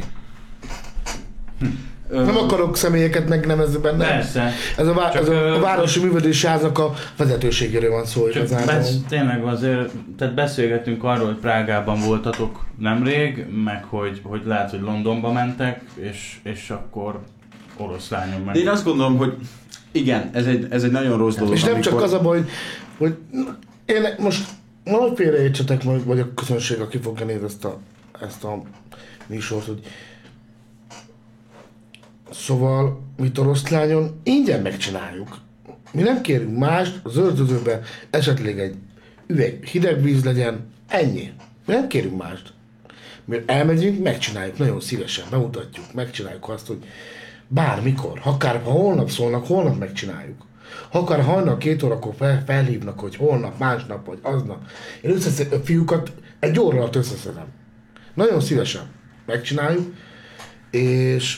Nem akarok személyeket megnevezni benne. Persze. Ez a Városi Művelési Háznak a vezetőségéről van szó igazából. Tényleg azért, tehát beszélgettünk arról, hogy Prágában voltatok nemrég, meg hogy lehet, hogy Londonba mentek, és akkor Oroszlányon meg. De én azt gondolom, hogy igen, ez egy nagyon rossz dolog. És nem csak az a baj, hogy én most nagy félreértsetek, vagy a közönség, aki fogja nézni ezt a műsort, hogy szóval mit Oroszlányon ingyen megcsináljuk. Mi nem kérünk mást, az öltözőben esetleg egy üveg hideg víz legyen, ennyi. Mi nem kérünk mást. Mi elmegyünk, megcsináljuk nagyon szívesen, bemutatjuk, megcsináljuk azt, hogy bármikor, ha holnap szólnak, holnap megcsináljuk. Ha akár hajnal 2 órakor felhívnak, hogy holnap, másnap, vagy aznap. Én a fiúkat egy óra alatt összeszedem. Nagyon szívesen megcsináljuk, és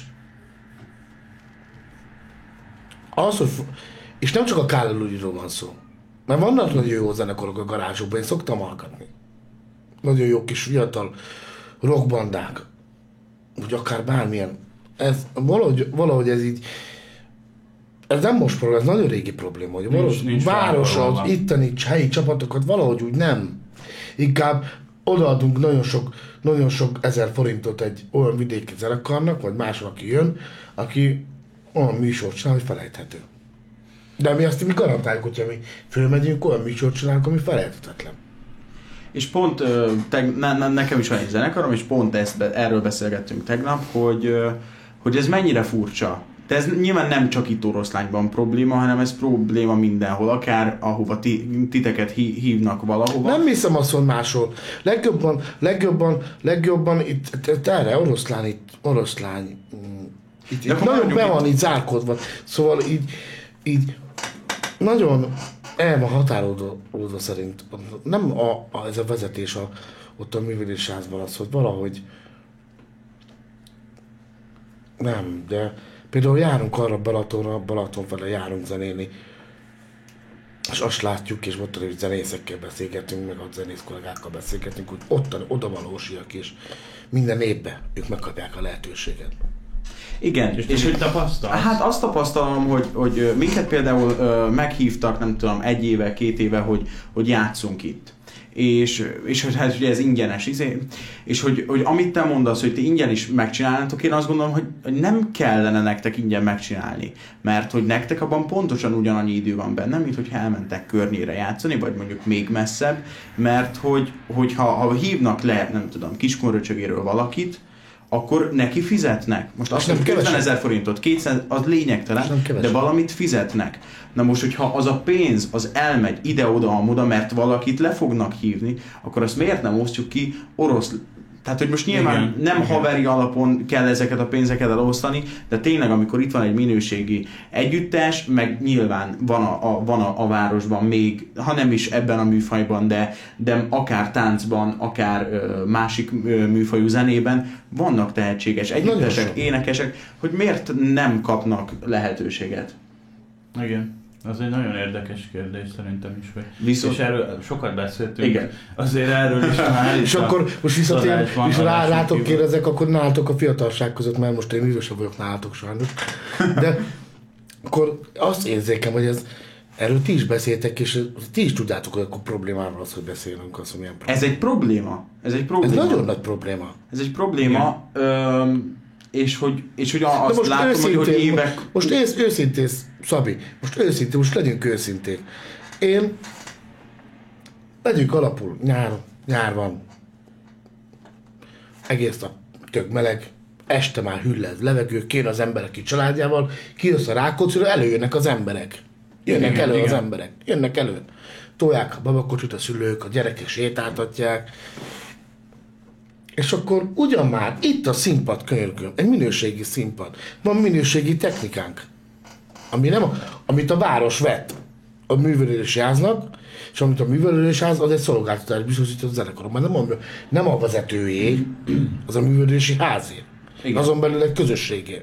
és nem csak a Kállel Lugyról van szó. Mert vannak nagyon jó zenekarok a garázsokban, én szoktam hallgatni. nagyon jó kis fiatal rockbandák, vagy akár bármilyen. Ez valahogy ez így, ez nem most probléma, ez nagyon régi probléma, hogy nincs város, az itteni helyi csapatokat valahogy úgy nem. Inkább odaadunk nagyon sok ezer forintot egy olyan vidéki zenekarnak, vagy másnak, aki jön, aki olyan műsort csinál, hogy felejthető. De mi azt mi garantáljuk, hogyha mi fölmegyünk, olyan műsort csinálunk, ami felejthetetlen. És pont nekem is van egy zenekarom, és pont erről beszélgettünk tegnap, hogy ez mennyire furcsa. De ez nyilván nem csak itt Oroszlányban probléma, hanem ez probléma mindenhol, akár ahova titeket hívnak valahova. Nem hiszem azt, hogy máshol. Legjobban itt erre oroszlány. Itt nagyon be van így zárkodva. Szóval így nagyon el van határolódva szerint. Nem ez a vezetés ott a művelésházban az, hogy valahogy nem, de például járunk arra Balaton fele járunk zenélni, és azt látjuk, és ott is zenészekkel beszélgetünk, meg a zenész kollégákkal beszélgetünk, hogy oda valósiak, és minden évben ők megkapják a lehetőséget. Igen, és hogy tapasztalsz? Hát azt tapasztalom, hogy minket például meghívtak, nem tudom, 1 éve, 2 éve, hogy játszunk itt. És hogy hát ugye ez ingyenes, és hogy amit te mondasz, hogy ti ingyen is megcsinálnátok, én azt gondolom, hogy nem kellene nektek ingyen megcsinálni, mert hogy nektek abban pontosan ugyanannyi idő van benne, mint hogyha elmentek környére játszani, vagy mondjuk még messzebb, mert ha hívnak le, nem tudom, Kiskunröcsögéről valakit, akkor neki fizetnek. Most azt nem 50 000 forintot, 200, az lényegtelen, de valamit fizetnek. Na most, hogyha az a pénz, az elmegy ide-oda-amoda, mert valakit le fognak hívni, akkor azt miért nem osztjuk ki Tehát, hogy most nyilván nem haveri alapon kell ezeket a pénzeket elosztani, de tényleg, amikor itt van egy minőségi együttes, meg nyilván van a városban még, ha nem is ebben a műfajban, de akár táncban, akár másik műfajú zenében vannak tehetséges együttesek, énekesek, hogy miért nem kapnak lehetőséget? Igen. Az egy nagyon érdekes kérdés szerintem is, hogy viszont... és erről sokat beszéltünk. Igen. Azért erről is már és akkor most visszatér, és rátok kérdezek, akkor nálatok a fiatalság között, mert most én idősebb vagyok nálatok sajnos. De akkor azt érzékem, hogy erről ti is beszéltek, és ti is tudjátok, hogy akkor problémával az, hogy beszélünk, az, hogy milyen probléma. Ez egy probléma. Ez nagyon nagy probléma. Ez egy probléma. És hogy azt látom, hogy évek... Most őszintén, Szabi, most legyünk őszinték. Legyünk alapul, nyár van, egész nap tök meleg, este már hüllez levegő, kéne az emberek itt családjával, kijössz a Rákóczira, előjönnek az emberek. Az emberek, jönnek elő. Tolják a babakocsit a szülők, a gyerekek sétáltatják, és akkor ugyan már itt a színpad, könyörgöm, egy minőségi színpad, van minőségi technikánk, amit a város vett a művelődési háznak, és amit a művelődési ház, az egy szolgáltatás biztosított zenekaron, nem a vezetőjé, az a művelődési házé, azon belül egy közösségé.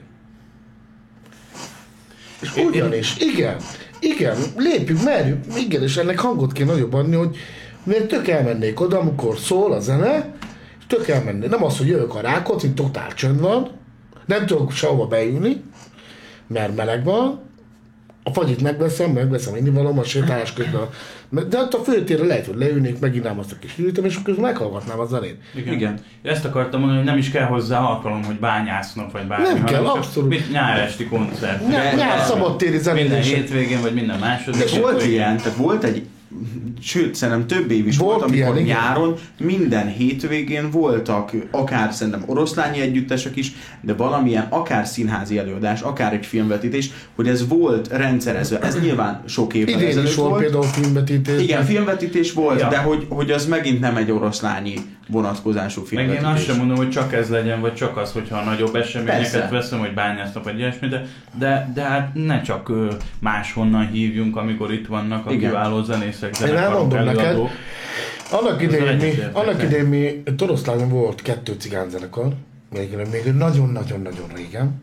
És ugyanis, igen, lépjünk, merjünk, igen, és ennek hangot kell nagyobb adni, hogy mert tök elmennék oda, amikor szól a zene, tök elmenni. Nem az, hogy jövök a Rákóczi, totál csönd van, nem tudok sehova beülni, mert meleg van, a fagyit megveszem innivalom a sétálás közben. De ott a főtérre lehet, hogy leülnék, meginnám azt a kis hűlítem, és akkor meghallgatnám a zenét. Igen. Ezt akartam mondani, hogy nem is kell hozzá alkalom, hogy bányásznak, vagy bármi. Nem kell, abszolút. Nyáresti koncert. Nyár szabadtéri zenélés. Minden hétvégén, vagy minden második. De volt ilyen, tehát volt egy, sőt, szerintem több év is volt, amikor ilyen, nyáron minden hétvégén voltak, akár szerintem oroszlányi együttesek is, de valamilyen akár színházi előadás, akár egy filmvetítés, hogy ez volt rendszerezve. Ez nyilván sok évvel ezelőtt volt. Idén is volt például filmvetítés. Igen, filmvetítés volt, ja. De hogy az megint nem egy oroszlányi vonatkozású filmvetítés. Meg én azt sem mondom, hogy csak ez legyen, vagy csak az, hogyha a nagyobb eseményeket veszem, hogy bányásznak, vagy ilyesmi, de hát ne csak máshonnan hívjunk, amikor itt vannak a kiváló zenészek, zenekarok, előadók. Annak idején mi Toroszlányon volt 2 cigányzenekar, még nagyon-nagyon-nagyon régen.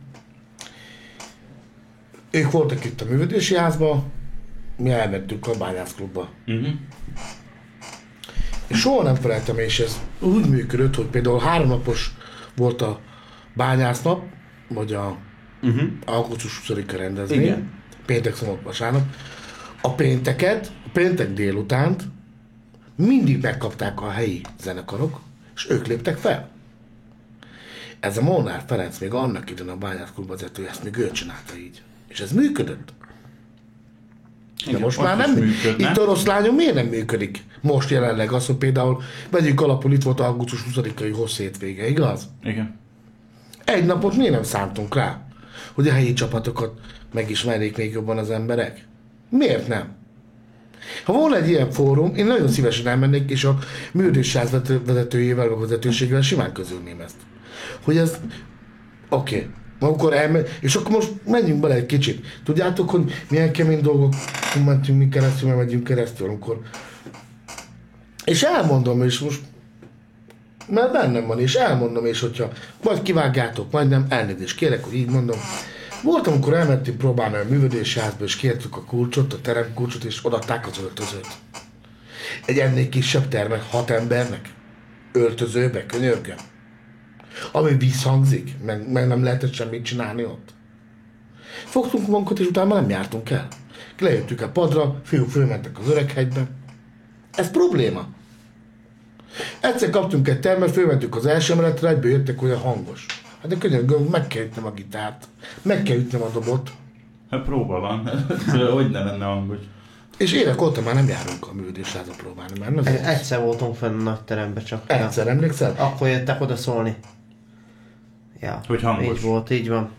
Ők voltak itt a művelődési házba, mi elmentünk a bányászklubba. És soha nem felejtem, és ez úgy működött, hogy például 3 napos volt a bányásznap, vagy a augusztus 20-a rendezvény, Igen. péntek, szombat, vasárnap. A péntek délutánt mindig megkapták a helyi zenekarok, és ők léptek fel. Ez a Molnár Ferenc még annak idején a bányászklub vezetője, ezt még ő csinálta így. És ez működött. De Igen, most ott már is nem működne. Itt Oroszlányon miért nem működik? Most jelenleg az, hogy például vegyük alapul, itt volt augusztus 20-ai hossz hétvége, igaz? Igen. Egy napot miért nem szántunk rá? Hogy a helyi csapatokat megismerjék még jobban az emberek? Miért nem? Ha volna egy ilyen fórum, én nagyon szívesen elmennék, és a művelődésház vezetőjével, vagy vezetőségével simán közülném ezt. Hogy ez... Oké. Akkor és akkor most menjünk bele egy kicsit. Tudjátok, hogy milyen kemény dolgok mentünk mi keresztül, mert megyünk keresztül, amikor... És elmondom, és most... Mert bennem van, és elmondom, és hogyha vagy kivágjátok, vagy nem, elnézést kérek, hogy így mondom. Volt, amikor elmentünk próbálni a művelődésházba, és kértük a kulcsot, a teremkulcsot, és odaadták az öltözőt. Egy ennél kisebb termet 6 embernek. Öltözőbe, könyörgöm. Ami visszhangzik, meg nem lehetett semmit csinálni ott. Fogtunk magunkat, és utána nem jártunk el. Lejöttük a padra, fiúk fölmentek az Öreghegybe. Ez probléma. Egyszer kaptunk egy termet, fölmentünk az első emeletre, egyből jöttek olyan hangos. Hát de könyörgöm, meg kell ütnem a gitárt, meg kell ütnem a dobot. Hát próba van. Hogy ne lenne hangos. És évek óta már nem járunk a művelődésházba próbálni, mert nem Egyszer voltunk fenn a nagy teremben csak. Egyszer, emlékszel? Akkor jöttek oda szólni. Ja, Hogy hangos. így volt, így van.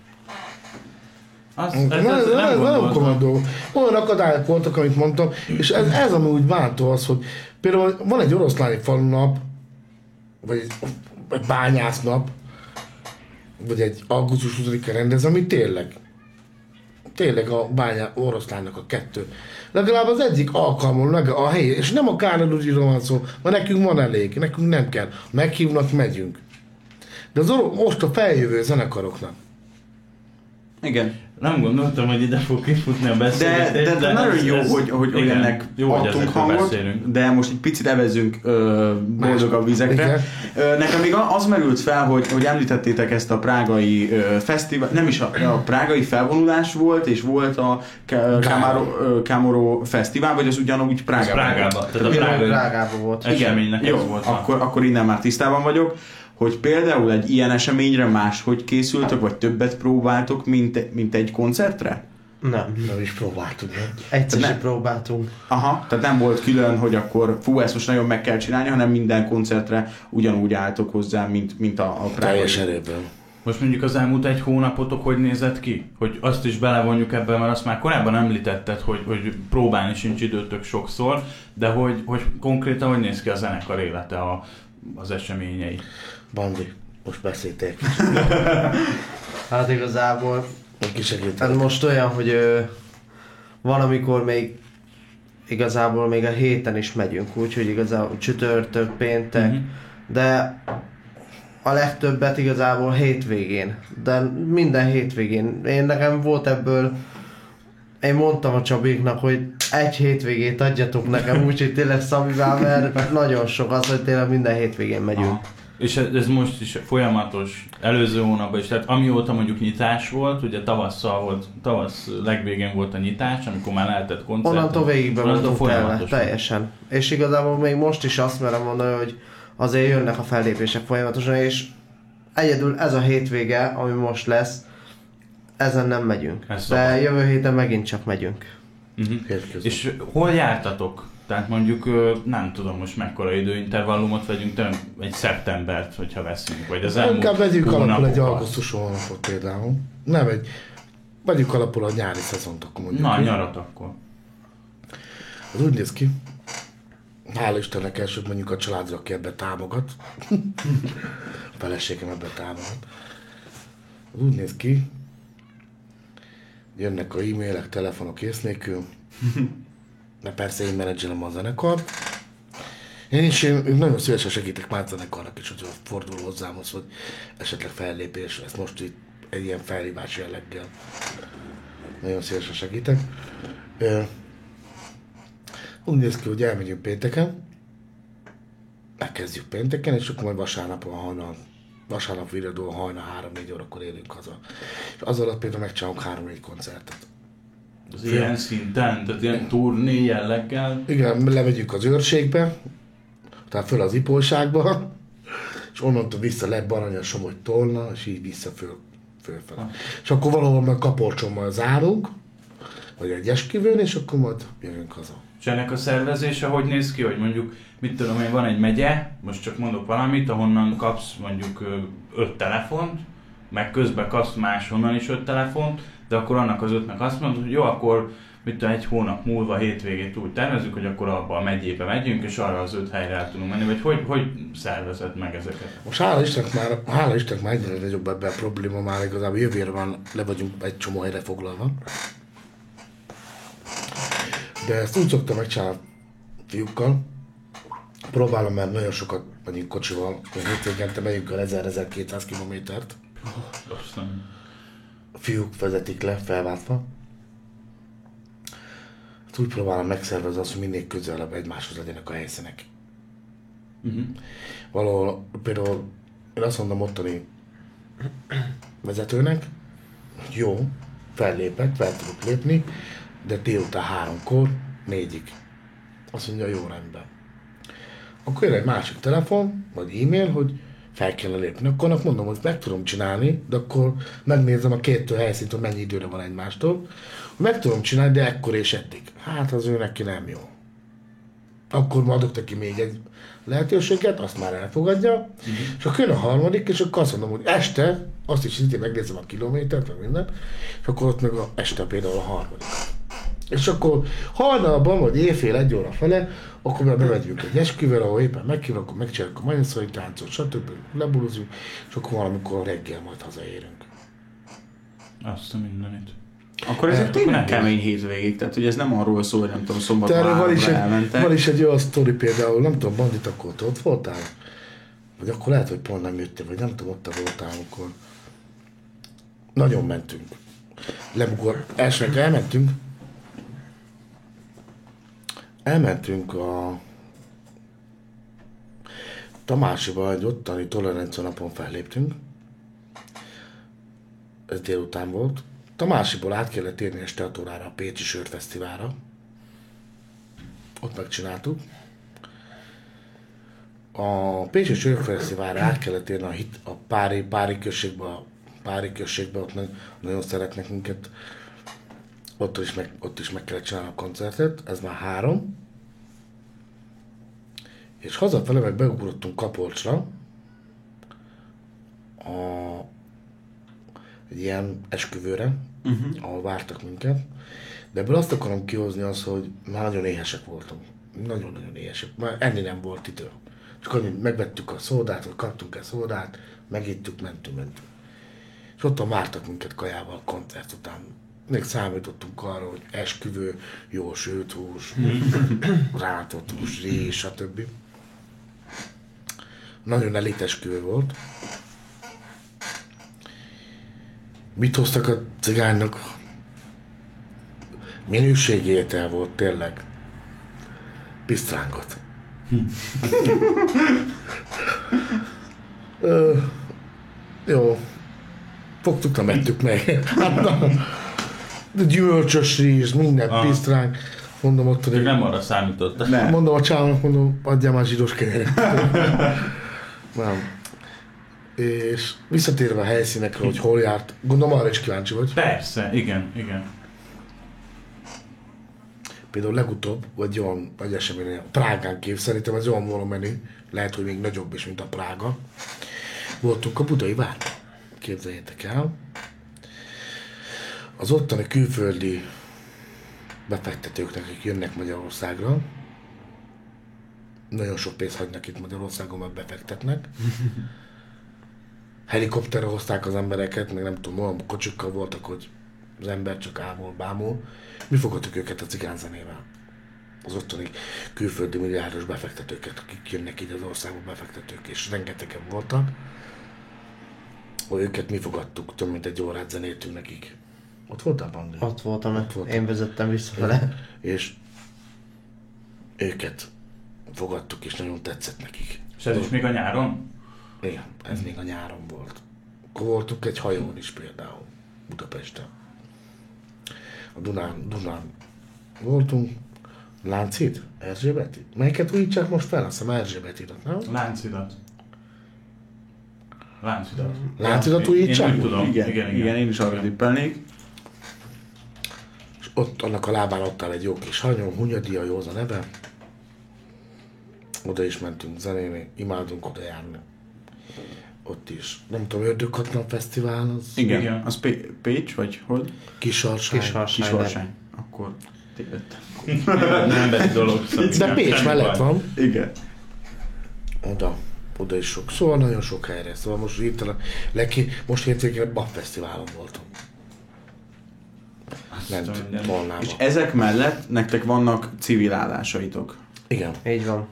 Nem Nagyon gondoltam. komoly dolgok. Olyan akadályok voltak, amit mondtam, és ez ami úgy bántó az, hogy például van egy oroszláni falunap, vagy egy bányásznap, vagy egy augusztus 20-a rendez, ami tényleg a oroszlánnak a 2. Legalább az egyik alkalmon, meg a helyi, és nem a Kárnál Ugyiról van szó, mert nekünk van elég, nekünk nem kell. Meghívnak, megyünk. De az most a feljövő zenekaroknak. Igen. Nem gondoltam, hogy ide fog kifutni a beszélgetés. De nagyon jó, hogy igen, ennek jó, hogy adtunk ezekről hangot, beszélünk. de most egy picit evezzünk boldogabb vizekre. Igen. Nekem még az merült fel, hogy említettétek ezt a prágai fesztivál, nem is a prágai felvonulás volt, és volt a Kamoro fesztivál, vagy az ugyanúgy Prágában? Tehát a Prágában volt. eseménynek Jó, ez volt. akkor innen már tisztában vagyok, hogy például egy ilyen eseményre máshogy készültök, vagy többet próbáltok, mint egy koncertre? Nem. Nem is próbáltuk, nem? Egyszer Ne- sem próbáltunk. Aha, tehát nem volt külön, hogy akkor ezt most nagyon meg kell csinálni, hanem minden koncertre ugyanúgy álltok hozzá, mint a prágai. Teljes erőből. Most mondjuk az elmúlt 1 hónapotok hogy nézett ki? Hogy azt is belevonjuk ebben, mert azt már korábban említetted, hogy próbálni sincs időtök sokszor, de hogy konkrétan hogy néz ki a zenekar élete, az eseményei? Bandi, most beszéltek. Hát igazából Kisegítek. ez most olyan, hogy valamikor még igazából még a héten is megyünk, úgyhogy igazából csütörtök, péntek, de a legtöbbet igazából hétvégén, de minden hétvégén. Nekem volt ebből, én mondtam a Csabiknak, hogy egy hétvégét adjatok nekem, úgyhogy tényleg Szabival, mert nagyon sok az, hogy tényleg minden hétvégén megyünk. Aha. És ez most is folyamatos, előző hónapban is, tehát amióta mondjuk nyitás volt, ugye tavasz legvégén volt a nyitás, amikor már lehetett koncert. Onnantól végigbe voltunk tele, folyamatosan. teljesen. És igazából még most is azt merem mondani, hogy azért jönnek a fellépések folyamatosan, és egyedül ez a hétvége, ami most lesz, ezen nem megyünk. Ez De szabad. jövő héten megint csak megyünk. És hol jártatok? Tehát mondjuk nem tudom most mekkora időintervallumot vegyünk, de egy szeptembert, hogyha veszünk, vagy az elmúlt Inkább vegyük alapul egy hónapokat. augusztus hónapot például. Nem egy... Vegyük alapul a nyári szezont, akkor mondjuk. Na, így. nyarat akkor. Az úgy néz ki. Hála Istennek elsőbb mondjuk a családra, aki ebben támogat. A feleségem ebben támogat. Az úgy néz ki. Jönnek a e-mailek, telefonok ész nélkül. De persze én menedzselem a zenekart. Én nagyon szívesen segítek más zenekarnak is, hogy fordul hozzám az, hogy esetleg fellépés, ezt most itt egy ilyen felhívás jelleggel. Nagyon szívesen segítek. Úgy néz ki, hogy elmegyünk pénteken. megkezdjük pénteken, és akkor majd vasárnap viradó hajnal 3-4 órakor érünk haza. És az alatt például megcsinálunk 3-4 koncertet. Az ilyen szinten, tehát ilyen turné jelleggel? Igen, lemegyünk az őrségbe, utána föl az Ipolyságba, és onnantól vissza le Baranya, Somogy, Tolna, és így vissza fölfele. És akkor valahol meg Kapolcsommal zárunk, vagy egy esküvőn, és akkor majd jövünk haza. És ennek a szervezése hogy néz ki, hogy mondjuk, mit tudom én, van egy megye, most csak mondok valamit, ahonnan kapsz mondjuk 5 telefont, meg közben kapsz máshonnan is 5 telefont, de akkor annak az 5-nek azt mondod, hogy jó, akkor mit tudom, egy hónap múlva, hétvégét úgy tervezzük, hogy akkor abba a megyébe megyünk, és arra az 5 helyre el tudunk menni, vagy hogy szervezed meg ezeket? Most hála Istennek már egyre nagyobb ebben a probléma, már igazából jövőre van, le vagyunk egy csomó helyre foglalva. De ezt úgy szoktam megcsinálni fiúkkal. Próbálom, mert nagyon sokat megyünk kocsival, hogy hétvégente megyünk el 1000-1200 kilométert. A fiúk vezetik le, felváltva. Hát úgy próbálom megszervezni azt, hogy minél közelebb egymáshoz legyenek a helyszínek. Valahol például én azt mondom ottani vezetőnek, hogy jó, fellépek, fel tudok lépni, de délután 3-kor, 4-ig. Azt mondja, jó, rendben. Akkor jön egy másik telefon, vagy e-mail, hogy fel kell lépni. Akkor annak mondom, hogy meg tudom csinálni, de akkor megnézem a 2 helyszínt, hogy mennyi időre van egymástól. Meg tudom csinálni, de ekkor és eddig. Hát az ő neki nem jó. Akkor adok neki még egy lehetőséget, azt már elfogadja, és akkor jön a harmadik, és akkor azt mondom, hogy este, azt is szintén megnézem a kilométert, meg minden, és akkor ott meg este például a harmadik. És akkor hajnalban, vagy éjfél 1 óra fele, akkor már bemegyünk egy esküvőre, ahol éppen meghívnak, akkor megcsináljuk a magyarszai táncot, stb. Lebulozunk, és akkor valamikor reggel majd hazaérünk. Azt a mindenit. Akkor ez tényleg kemény hétvégig, tehát hogy ez nem arról szól, hogy nem tudom, szombaton 3-ra elmentek. Van is egy olyan sztori például, nem tudom, Bandit, akkor ott voltál? Vagy akkor lehet, hogy pont nem jöttél, vagy nem tudom, ott voltál, amikor nagyon mentünk. Elsőnek elmentünk a Tamásiba, egy ottani tolerancia napon felléptünk. Ez délután volt. Tamásiból át kellett térni este 6 órára a Pécsi Sörfesztiválra. Ott megcsináltuk. A Pécsi Sörfesztiválra át kellett térni a Pári községbe, ott nagyon szeretnek minket. Ott is meg kellett csinálni a koncertet, ez már 3. És hazafele meg beugrottunk Kapolcsra, egy ilyen esküvőre, ahol vártak minket. De ebből azt akarom kihozni az, hogy már nagyon éhesek voltunk. Nagyon-nagyon éhesek. Már enni nem volt idő. Csak annyit megvettük a szódát, vagy kaptunk egy szódát, megittük, mentünk. És ottan vártak minket kajával a koncert után. Még számítottunk arra, hogy esküvő, jó sőt hús, rántott hús, rizs, stb. Nagyon elit esküvő volt. Mit hoztak a cigánynak? Minőségi étel volt tényleg. Pisztrángot. Jó. Fogtuk, nem ettük meg. De gyümölcsös rizs, minden pisztránk. Mondom ott, hogy... Nem arra számított. Mondom a csávnak, adjál már zsíros kenyeret. Nem. És visszatérve a helyszínekre, hogy hol járt, gondolom arra is kíváncsi vagy. Persze, igen. Például legutóbb, vagy olyan nagy esemény, Prágán kép, szerintem ez olyan valamennyi, lehet, hogy még nagyobb is, mint a Prága. Voltunk a Budai Várban, képzeljétek el. Az ottani külföldi befektetőknek, akik jönnek Magyarországra, nagyon sok pénzt hagynak itt Magyarországon, mert befektetnek. Helikopterre hozták az embereket, meg nem tudom, olyan kocsikkal voltak, hogy az ember csak ámul-bámul. Mi fogadtuk őket a cigányzenével. Az ottani külföldi milliárdos befektetőket, akik jönnek így az országban befektetők, és rengetegen voltak. Hogy őket mi fogadtuk, több mint 1 órát zenéltünk nekik. Ott voltál, Bandi? Ott voltam. Én vezettem visszafele. És őket fogadtuk, és nagyon tetszett nekik. És ez is még a nyáron? Igen, ez még a nyáron volt. Akkor voltunk egy hajón is például, Budapesten. A Dunán voltunk. Lánchíd? Erzsébeti? Melyiket újítsák most fel? Azt hiszem Erzsébetidat, nem? Láncidat. Láncidat újítsák? Én úgy tudom. Igen, én is arra tippelnék. És ott annak a lábán ott áll egy jó kis hajó, Hunyadi a józa neve. Oda is mentünk zenélni, imádunk oda járni. Ott is. Nem tudom, Ördöghatlan Fesztivál az... Igen. Az Pécs, vagy hogy? Kisarsány. Akkor tévedtem. Nem vett dolog. De Pécs mellett van. Igen. Oda is sok. Szóval nagyon sok helyre. Szóval most hirtelen, most hétvégén Bab Fesztiválon voltunk. Lent Tolnában. És ezek mellett nektek vannak civil állásaitok. Igen. Így van.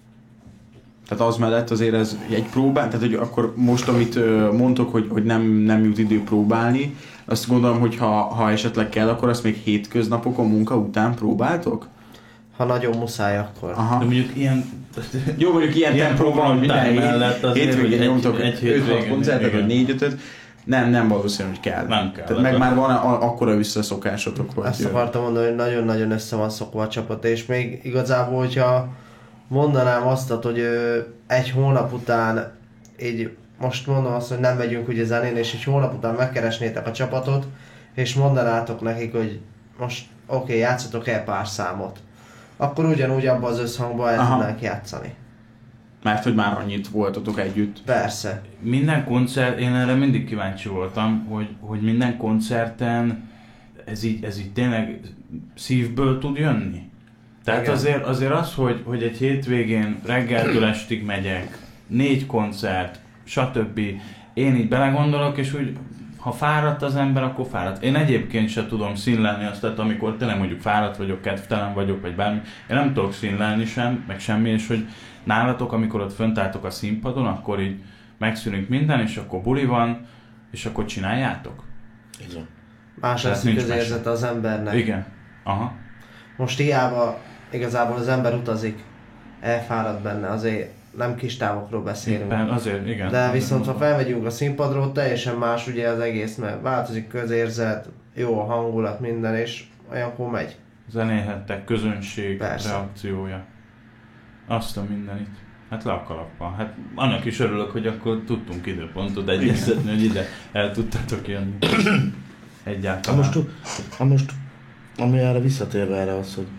Tehát az mellett azért ez egy próbál, tehát hogy akkor most, amit mondtok, hogy nem jut idő próbálni, azt gondolom, hogy ha esetleg kell, akkor azt még hétköznapokon munka után próbáltok? Ha nagyon muszáj, akkor. Aha. De mondjuk ilyen... Jó, mondjuk ilyen tempóban, hogy minden hétvégén nyomtok 5-6 koncertet, vagy 4-5-öt, nem valószínű, hogy kell. Nem kell. Tehát meg már van akkora visszaszokásotok, hogy... Azt akartam mondani, hogy nagyon-nagyon össze van szokva a csapat, és még igazából, hogyha mondanám azt, hogy egy hónap után, így most mondom azt, hogy nem megyünk ugye zenén, és egy hónap után megkeresnétek a csapatot, és mondanátok nekik, hogy most oké, játszatok el pár számot. Akkor ugyanúgy abban az összhangban el tudnánk játszani. Mert hogy már annyit voltatok együtt. Persze. Minden koncert, én erre mindig kíváncsi voltam, hogy minden koncerten ez így tényleg szívből tud jönni. Tehát azért az, hogy egy hétvégén reggeltől estig megyek, 4 koncert, stb. Én így belegondolok, és úgy, ha fáradt az ember, akkor fáradt. Én egyébként sem tudom színlelni azt, tehát amikor tényleg mondjuk fáradt vagyok, kedvtelen vagyok, vagy bármi, én nem tudok színlelni sem, meg semmi, és hogy nálatok, amikor ott fönt álltok a színpadon, akkor így megszűnik minden, és akkor buli van, és akkor csináljátok. Igen. Más lesz a közérzete az embernek. Igen. Aha. Most hiába igazából az ember utazik, elfárad benne, azért nem kis távokról beszélünk. Éppen azért, igen. De viszont ha felmegyünk a színpadról, teljesen más ugye az egész, mert változik közérzet, jó a hangulat, minden, és olyankor megy. Zenélhettek, közönség, persze. Reakciója. Azt a mindenit. Hát le a kalappal. Hát annak is örülök, hogy akkor tudtunk időpontot egyeztetni, hogy ide el tudtatok jönni. Egyáltalán. Most, ami erre visszatérve erre az, hogy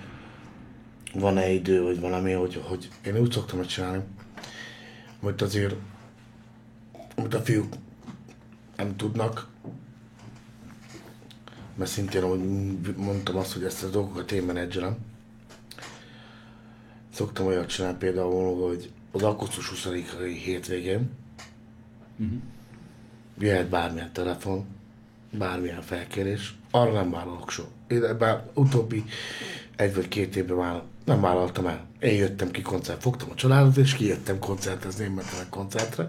van-e idő, vagy valami, hogy én úgy szoktam ezt csinálni, hogy azért, amit a fiúk nem tudnak, mert szintén, ahogy mondtam azt, hogy ezt a dolgokat én menedzselem, szoktam olyat csinálni például, hogy az augusztus 20-ai hétvégén jöhet bármilyen telefon, bármilyen felkérés, arra nem vállalok soha. Én bár utóbbi 1 vagy 2 évben már nem vállaltam el. Én jöttem ki koncert, fogtam a családot és kijöttem koncertezni, én mentem egy koncertre.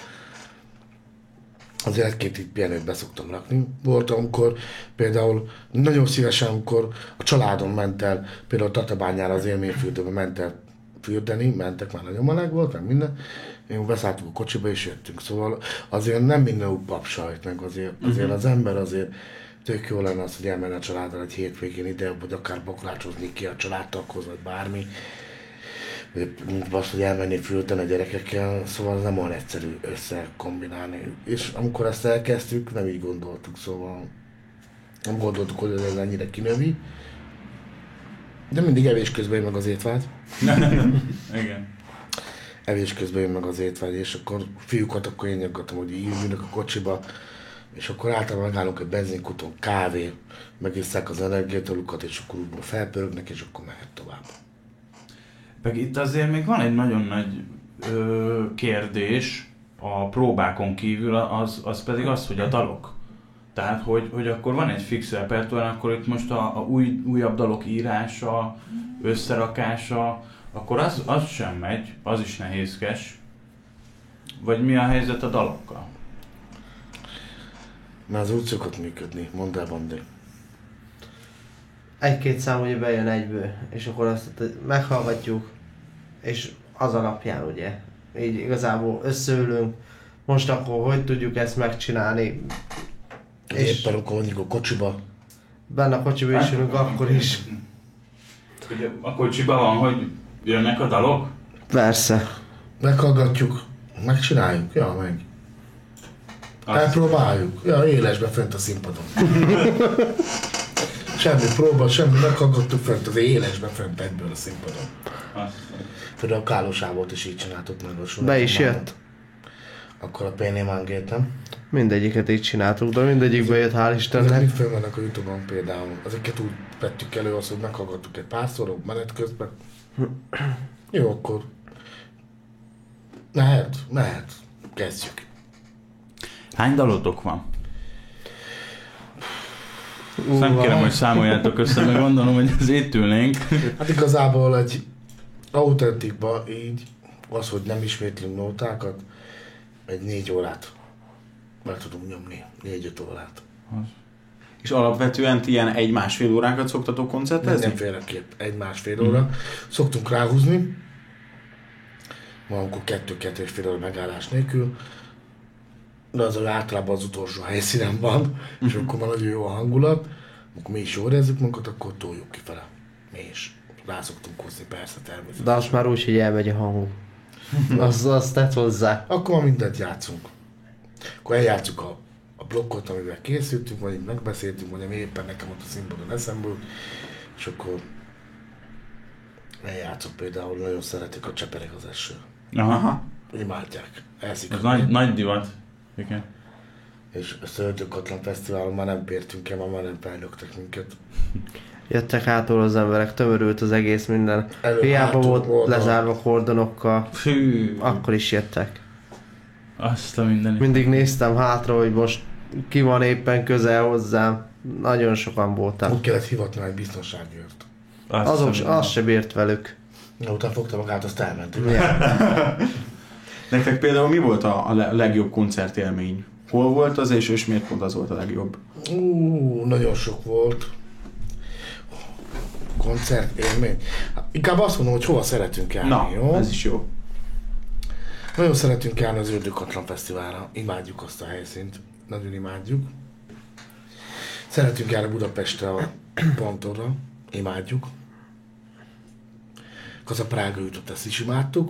Azért 1-2 pihenőt beszoktam rakni. Volt, amikor például nagyon szívesen, amikor a családom ment el, például Tatabányára az élményfürdőbe ment el fürdeni, mentek, már nagyon meleg volt, meg minden. Én beszálltunk a kocsiba és jöttünk, szóval azért nem minden úgy papsajt, meg azért az ember azért tök jó lenne az, hogy elmenne a családdal egy hétvégén ide, vagy akár baklácsozni ki a családtaghoz, vagy bármi. Vagy azt, hogy elmenni fürdeni a gyerekekkel, szóval nem olyan egyszerű összekombinálni. És amikor ezt elkezdtük, nem így gondoltuk, szóval nem gondoltuk, hogy ez ennyire kinövi. De mindig evés közben jön meg az étvágy. Igen. Evés közben jön meg az étvágy, és akkor fiúkat akkor én nyaggatom, hogy ülnek a kocsiba, és akkor általában megállunk egy benzinkuton, kávé, megisszák az energiatolukat, és akkor úgy felpörögnek, és akkor mehet tovább. Meg itt azért még van egy nagyon nagy kérdés a próbákon kívül, az pedig az, hogy a dalok. Tehát, hogy akkor van egy fix repertoár, akkor itt most a újabb dalok írása, összerakása, akkor az sem megy, az is nehézkes. Vagy mi a helyzet a dalokkal? Mert az úgy szokott működni, mondd el, Bandi. 1-2 szám ugye bejön egyből, és akkor azt meghallgatjuk, és az alapján ugye így igazából összeülünk, most akkor hogy tudjuk ezt megcsinálni. És éppen akkor mondjuk a kocsiba. benne a kocsiba is ülünk, akkor is. Ugye a kocsiban van, hogy jönnek a dalok? Persze. Meghallgatjuk, megcsináljuk, ja meg. Elpróbáljuk, ja élesbe fent a színpadon. Semmi próba, semmi, meghallgattuk fent az élesbe fent egyből a színpadon. Például a Kálosávot is így csináltuk meg a sorát. Be is jött. Akkor a Péné Mangét, nem? Mindegyiket így csináltuk, de mindegyikbe jött, hál' Ezek Istennek. mind fönn vannak a Youtube-on például. Ezeket úgy vettük elő, azt, hogy meghallgattuk egy párszor, menet közben. Jó, akkor mehet. Kezdjük. Hány dalotok van? Nem kérem, hogy számoljátok össze, mert gondolom, hogy az itt ülnénk. Hát igazából egy autentikba így, az, hogy nem ismétlünk nótákat, egy 4 órát meg tudunk nyomni, 4-5 órát. És alapvetően ti ilyen 1-1,5 órákat szoktatok koncertezni? Mindenféleképp 1-1,5 óra. Szoktunk ráhúzni, valamikor 2-2,5 óra megállás nélkül, de az általában az utolsó helyszínen van, és akkor már nagyon jó a hangulat, akkor mi is jól érezzük magunkat, akkor toljuk kifele. Mi is. Rá szoktunk hozni, persze, természetesen. De azt már úgy, hogy elmegy a hangunk. Azt tett hozzá. Akkor már mindent játszunk. Akkor eljátszuk a blokkot, amivel készültünk, vagy megbeszéltünk, vagy ami éppen nekem ott a színpadon eszembe jut, és akkor eljátszok például, nagyon szeretik a Csepereg az eső. Aha. Imádják. Elszik. Ez nagy divat. Igen. És a Szöldőkatlan Fesztiválon már nem bértünk el, már nem fejlődtek minket. Jöttek hátul az emberek, tömörült az egész minden. Elő, Hiába hátul, volt oldal. lezárva kordonokkal, Fű. akkor is jöttek. Azt a mindenit. Mindig néztem hátra, hogy most ki van éppen közel hozzám. Nagyon sokan voltak. Úgy kellett hivatni egy biztonságért. Az se bírt velük. Na, utána fogta magát, azt elmentünk. Ja. Nektek például mi volt a legjobb koncertélmény? Hol volt az, és miért pont az volt a legjobb? Nagyon sok volt. Koncertélmény. Hát, inkább azt mondom, hogy hova szeretünk járni, Na, jó? ez is jó. Nagyon szeretünk járni az Ördögkatlan Fesztiválra. Imádjuk azt a helyszínt. Nagyon imádjuk. Szeretünk járni Budapestre a Pontorra. Imádjuk. Az a Prága jutott, ezt is imádtuk.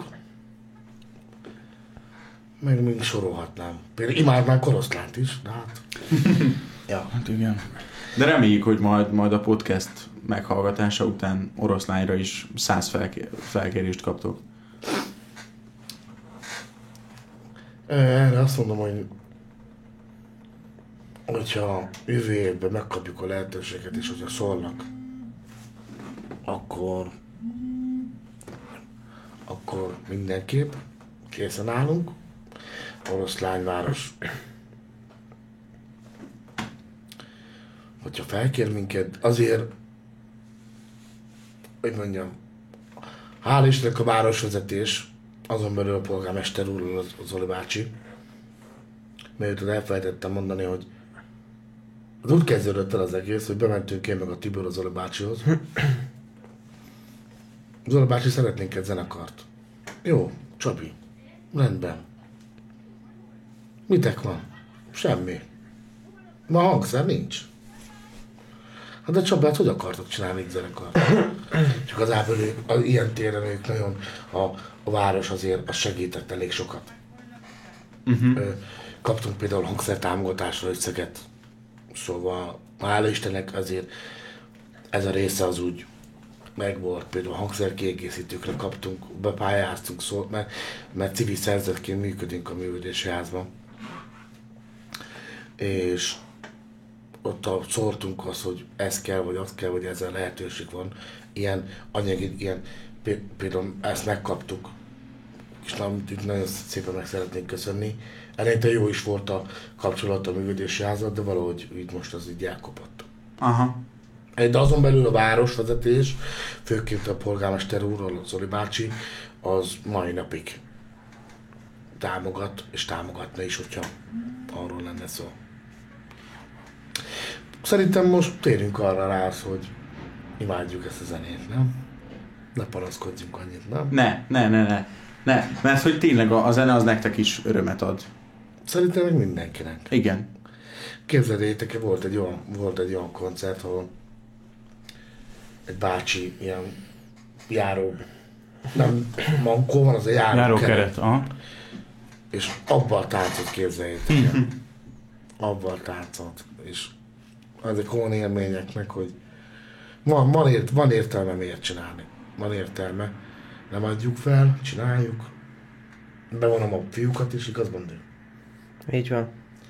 Meg még sorolhatnám. Például imádnám Koroszlánt is, de hát... ja. Hát igen. De reméljük, hogy majd a podcast meghallgatása után Oroszlányra is 100 felkérést kaptok. Erre azt mondom, hogyha jövő évben megkapjuk a lehetőséget, és hogyha szólnak, akkor mindenképp készen állunk. Oroszlányváros. Hogyha felkér minket, azért, hogy mondjam, hál' Istennek a városvezetés, azon belül a polgármester úr, az Zoli bácsi, mert elfelejtettem mondani, hogy az úgy kezdődött el az egész, hogy bementünk én meg a Tibor az Zoli bácsihoz. Zoli bácsi, szeretnénk egy zenekart. Jó, Csabi, rendben. Mitek van? Semmi. Ma hangszer nincs. Hát de Csabi, hát hogy akartok csinálni egy zenekart? Csak az ilyen téren ők nagyon, a város azért az segített elég sokat. Kaptunk például hangszertámogatásra összeget. Szóval, hála Istennek azért ez a része az úgy megvolt. Például hangszerkiegészítőkre kaptunk, bepályáztunk, mert civil szervezetként működünk a művelődési házban. És ott szórtunk azt, hogy ez kell, vagy az kell, vagy ezzel lehetőség van. Ilyen anyagi, például ezt megkaptuk, és nagyon szépen meg szeretnénk köszönni. Eleinte jó is volt a kapcsolat a művelődési házat, de valahogy így most az így elkopott. Aha. De azon belül a városvezetés, főként a polgármester úrral, a Zoli bácsi, az mai napig támogat, és támogatna is, hogyha arról lenne szó. Szerintem most térjünk arra rá, hogy imádjuk ezt a zenét, nem? Ne panaszkodjunk annyit, nem? Ne. Ne, mert hogy tényleg a zene az nektek is örömet ad. Szerintem meg mindenkinek. Igen. Képzeljétek, volt egy olyan koncert, ahol egy bácsi ilyen járó, nem mankó van, az a Járókeret, aha. És abban táncolt, képzeljétek el. Abban táncolt. És ezek olyan élményeknek, hogy van értelme miért csinálni. Van értelme. Nem adjuk fel, csináljuk. Bevonom a fiúkat is, igaz mondani. Így van.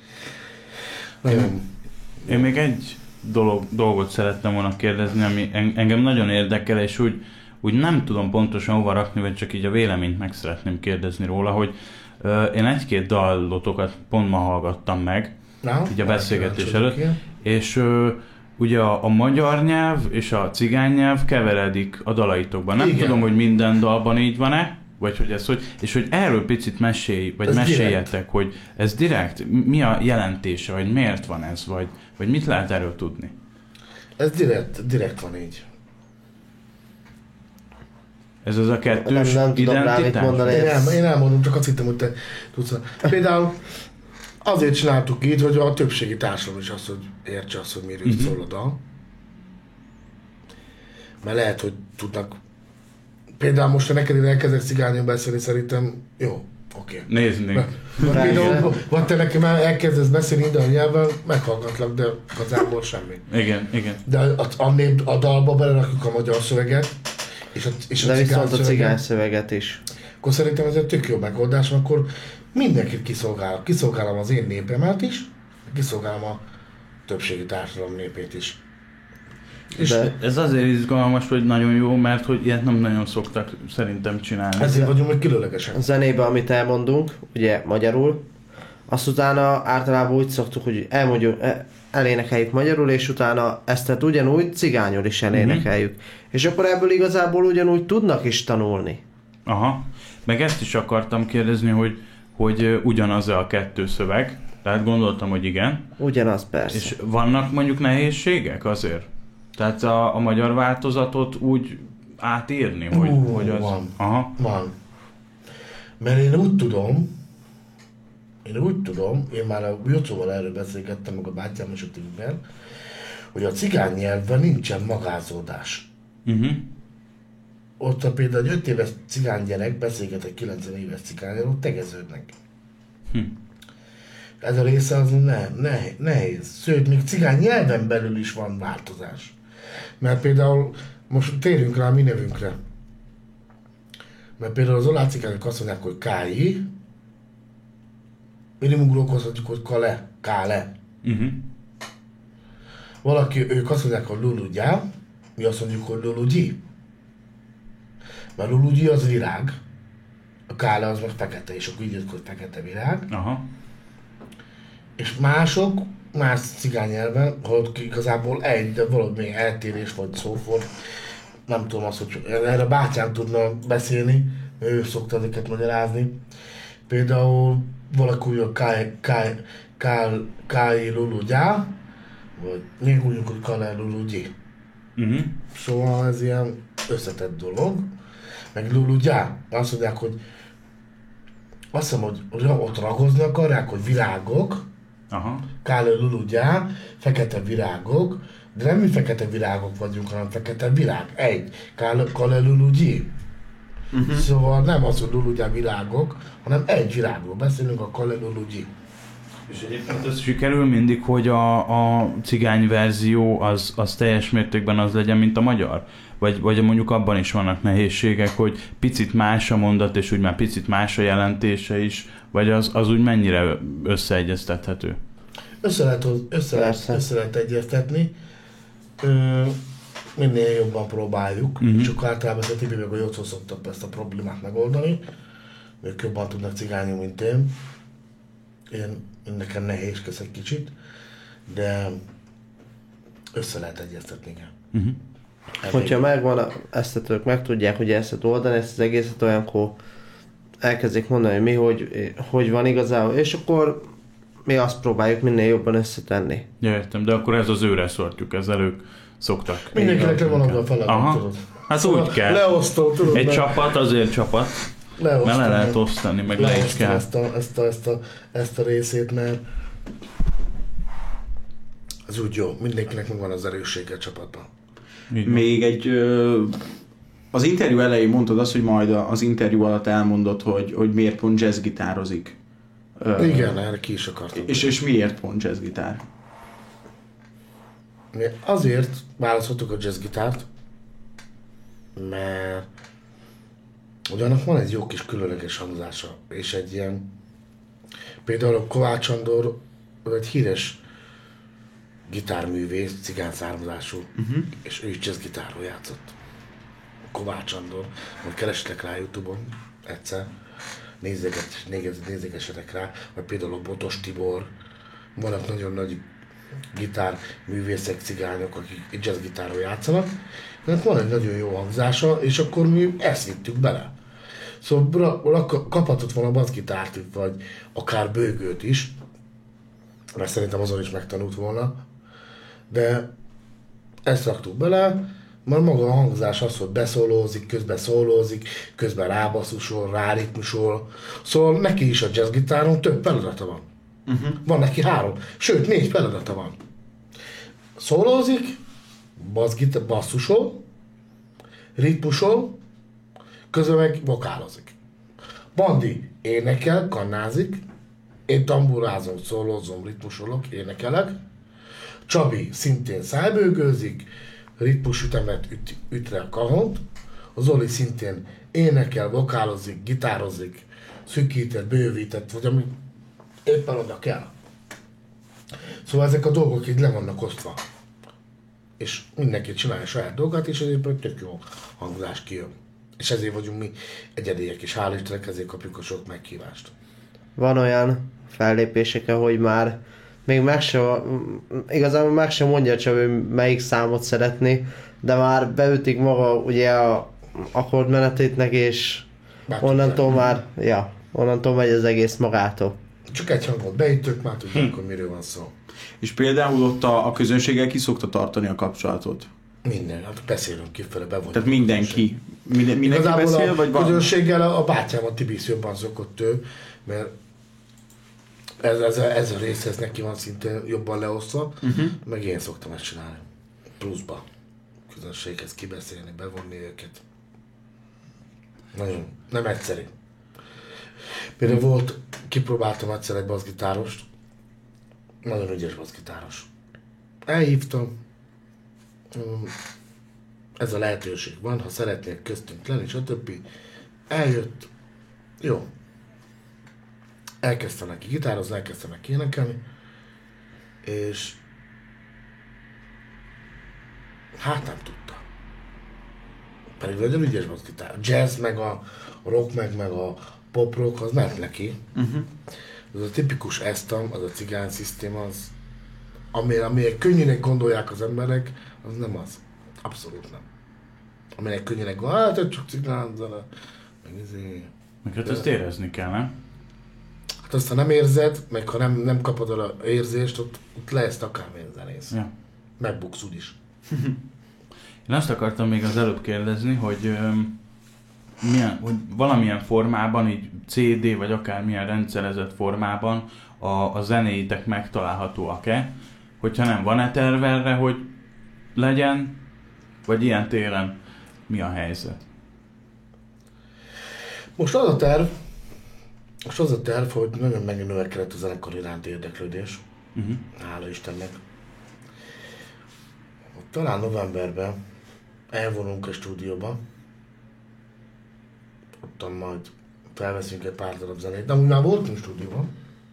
Én még egy dolgot szerettem volna kérdezni, ami engem nagyon érdekel, és úgy nem tudom pontosan hova rakni, vagy csak így a véleményt meg szeretném kérdezni róla, hogy én egy-két dalotokat pont ma hallgattam meg, így a beszélgetés előtt, és ugye a magyar nyelv és a cigány nyelv keveredik a dalaitokban. Nem tudom, hogy minden dalban így van-e, vagy hogy ez hogy, és hogy erről picit meséljetek, hogy ez direkt, mi a jelentése, vagy miért van ez, vagy mit lehet erről tudni? Ez direkt van így. Ez az a kettős identitás? Én elmondom, csak azt hittem, hogy te tudsz. Például azért csináltuk így, hogy a többségi társadalom is azt, hogy értse azt, hogy miről szól a dal. Mert lehet, hogy tudnak. Például most, ha neked én elkezdek cigányul beszélni, szerintem jó, oké. Nézzünk. Vagy te nekem elkezdesz beszélni minden nyelven, meghallgatlak, de igazából semmi. Igen. De a dalba belerakjuk a magyar szöveget, és de viszont a cigány szöveget is. Akkor szerintem ez egy tök jó megoldás, akkor mindenkit kiszolgálom. Kiszolgálom az én népemet is, kiszolgálom a többségi társadalom népét is. De ez azért izgalmas, hogy nagyon jó, mert hogy ilyet nem nagyon szoktak szerintem csinálni. Ezért vagyunk még különlegesen. A zenébe, amit elmondunk, ugye magyarul, azt utána általában úgy szoktuk, hogy elénekeljük magyarul, és utána ezt ugyanúgy cigányul is elénekeljük. És akkor ebből igazából ugyanúgy tudnak is tanulni. Aha. Meg ezt is akartam kérdezni, hogy ugyanaz-e a kettő szöveg. Tehát gondoltam, hogy igen. Ugyanaz, persze. És vannak mondjuk nehézségek azért? Tehát a magyar változatot úgy átírni, hogy az... Van. Aha. Van. Mert én úgy tudom, én már a Jocóval erről beszélgettem, meg a bátyám és a tűnben, hogy a cigány nyelvben nincsen magázódás. Ott például egy 5 éves cigány gyerek beszélget egy 90 éves cigányról, ott tegeződnek. Ez a része az nehéz. Sőt, még cigány nyelven belül is van változás. Mert például, most térjünk rá a mi nevünkre. Mert például az oláh cigányok azt mondják, hogy K.I. Minimum azt mondjuk, hogy Kale, Kále. Ők azt mondják, hogy Lulugyá, mi azt mondjuk, hogy Lulugyi. Mert Lulugyi az virág, a Kále az meg fekete, és akkor így jött, hogy fekete virág. Aha. És más cigány nyelven, holott igazából de valami eltérés vagy szófor, nem tudom azt, hogy erre bátyám tudna beszélni, ő szokta ezeket magyarázni. Például valaki úgy a Káj Lulugyá, vagy még úgy, hogy Kale Lulugyi. Szóval ez ilyen összetett dolog. Meg Lulugyá, azt mondják, hogy azt hiszem, hogy ott ragozni akarják, hogy virágok, Kále Lulugyá, fekete virágok, de nem mi fekete virágok vagyunk, hanem fekete virág. Kale Lulugyi. Szóval nem az, hogy Lulugyá virágok, hanem egy virágról beszélünk, a Kale Lulugyi. És egyébként az sikerül mindig, hogy a cigány verzió az teljes mértékben az legyen, mint a magyar? Vagy mondjuk abban is vannak nehézségek, hogy picit más a mondat, és úgy már picit más a jelentése is, vagy az úgy mennyire összeegyeztethető? Össze lehet egyeztetni. Minél jobban próbáljuk, csak általában a Tibi meg a Jocó szoktak ezt a problémát megoldani. Ők jobban tudnak cigányul, mint én. Nekem nehézkesz egy kicsit, de össze lehet egyeztetni, igen. Hogyha megvan, meg tudják, hogy ezt oldani, ezt az egészet, olyankor elkezdik mondani, hogy mi, hogy van igazából, és akkor mi azt próbáljuk minél jobban összetenni. Ja, értem, de akkor ez az őre szortjuk, ezzel ők szoktak. Mindenkinek van abban a feladat, tudod. Hát szóval úgy kell. Leosztó, tudod. Egy csapat azért csapat. Mert le lehet osztani, meg le is kell. Ezt a részét, mert ez úgy jó, mindenkinek megvan az erőssége a csapatban. Még egy... az interjú elején mondtad azt, hogy majd az interjú alatt elmondod, hogy miért pont jazzgitározik. Igen, erre ki is akartam. És miért pont jazzgitár? Azért választottuk a jazzgitárt, mert ugyanak van egy jó kis különleges hangzása, és egy ilyen, például a Kovács Andor egy híres gitárművész, cigán származású, és ő is jazzgitáról játszott. Kovács Andor, majd kerestek rá YouTube-on egyszer, nézegessetek rá, vagy például a Botos Tibor, vannak nagyon nagy gitárművészek, cigányok, akik jazzgitáról játszanak, mert van egy nagyon jó hangzása, és akkor mi ezt vittük bele. Szóval kaphatott volna bassgitárt, vagy akár bőgőt is, mert szerintem azon is megtanult volna, de ezt raktuk bele, mert maga a hangzás az, hogy beszólózik, közben rábasszusol, ráritmusol, szóval neki is a jazzgitáron több feladata van. Van neki 3, sőt 4 feladata van. Szólózik, basszusol, ritmusol, közben meg vokálozik. Bandi énekel, kannázik, én tamburázom, szólózom, ritmusolok, énekelek. Csabi szintén szájbőgőzik, ritmusütemet üt rá a kahont. A Zoli szintén énekel, vokálozik, gitározik, szűkített, bővített, vagy ami éppen oda kell. Szóval ezek a dolgok így le vannak osztva. És mindenki csinálja a saját dolgát, és ezért tök jó hangzás kijön. És ezért vagyunk mi egyediek, és hál' Istennek ezért kapjuk a sok meghívást. Van olyan fellépések, hogy már még igazából meg sem mondja csak, hogy melyik számot szeretné, de már beütik maga ugye a akkordmenetétnek, és onnantól már, onnantól megy az egész magától. Csak egy hangot beütök, már tudjuk, hogy miről van szó. És például ott a közönséggel ki szokta tartani a kapcsolatot? Minden, hát beszélünk kifele, bevonjuk. Tehát mindenki beszél, vagy van? A közönséggel a bátyám, a Tibisz jobban szokott ő, mert ez a rész, ez neki van szinte jobban leosztva, meg én szoktam ezt csinálni. Pluszba. Közönséghez kibeszélni, bevonni őket. Nagyon, nem egyszerű. Például kipróbáltam egyszer egy basszgitárost, nagyon ügyes basszgitáros. Elhívtam, ez a lehetőség van, ha szeretnék köztünk lenni, stb. Eljött, jó. Elkezdtem neki gitározni, elkezdtem neki énekelni, és hát nem tudta. Pedig nagyon ügyes basszgitár. Jazz, meg a rock, meg a pop rock, az ment neki. Ez a tipikus esztam, az a cigány szisztém, az, amire könnyűnek gondolják az emberek, az nem az. Abszolút nem. Amire könnyűnek gondolják, hát csak cigány zene, meg hát ezt érezni kell, nem? Hát azt, ha nem érzed, meg ha nem kapod el az érzést, ott lesz akármilyen zenész. Ja. Megbuksz úgyis. Én azt akartam még az előbb kérdezni, hogy hogy valamilyen formában, így CD vagy akármilyen rendszerezett formában a zenéitek megtalálhatóak-e? Hogyha nem, van-e terv erre, hogy legyen? Vagy ilyen téren mi a helyzet? Most az a terv, hogy nagyon megnövekedett a zenekar iránti érdeklődés. Hála Istennek. Talán novemberben elvonunk a stúdióba. Ottan majd felveszünk egy pár darab zenét, de amúgy már voltunk stúdióban.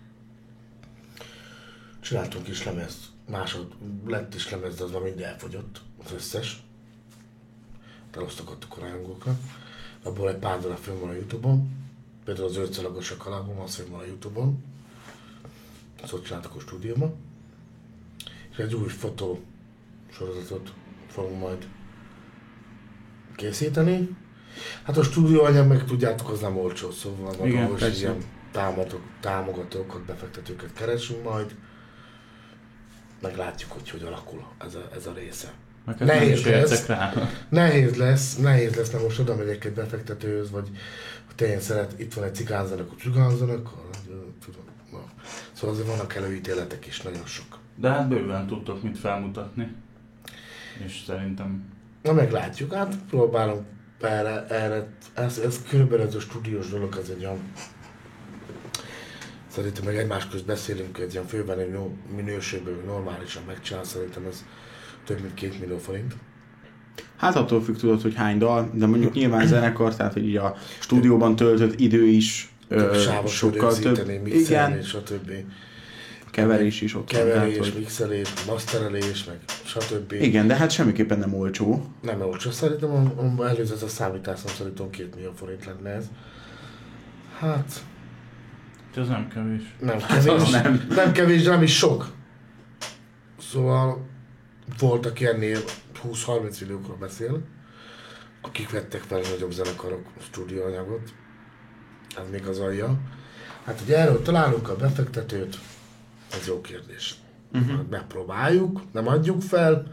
Csináltunk is lemezt, lett is lemez, de az már mind elfogyott, az összes. Elosztogattuk a rajongókra. Abból egy pár darab fönn van a YouTube-on. Például az Őrszalagosak album, az fönn van a YouTube-on. Azt ott csináltak a stúdióban. És egy új fotó sorozatot fogunk majd készíteni. Hát a stúdióanyag meg tudjátok, az nem olcsó, szóval magam is ilyen támogatókat, befektetőket keresünk majd. Meglátjuk, hogy alakul ez a része. Nehéz lesz, mert most oda megyek egy befektetőhöz, vagy Tényleg szeret, itt van egy cigánzenekar, cigánzenekar, tudom. Na. Szóval azért vannak előítéletek is, nagyon sok. De hát bőven tudtok mit felmutatni. És szerintem... Na meglátjuk, hát próbálom erre ez körülbelül ez a stúdiós dolog, ez egy olyan... Szerintem meg egymás közt beszélünk, egy ilyen főben jó minőségben, normálisan megcsinál, szerintem ez több mint 2 millió forint. Hát attól függ, tudod, hogy hány dal, de mondjuk nyilván zenekar, tehát hogy így a stúdióban töltött idő is sokkal több. Mixelni, és a többi. Keverés is ott Keverés, van. mixelés, masterelés, meg stb. Igen, de hát semmiképpen nem olcsó. Nem olcsó, szerintem előzetes számításom szerintem 2 millió forint lenne ez. Hát... Ez nem kevés. Nem kevés, nem kevés, de nem is sok. Szóval voltak ennél 20-30 milliókról beszél, akik vettek fel nagyobb zenekarok stúdióanyagot. Ez még az alja. Hát, hogy erről találunk a befektetőt, ez jó kérdés. Hát megpróbáljuk, nem adjuk fel.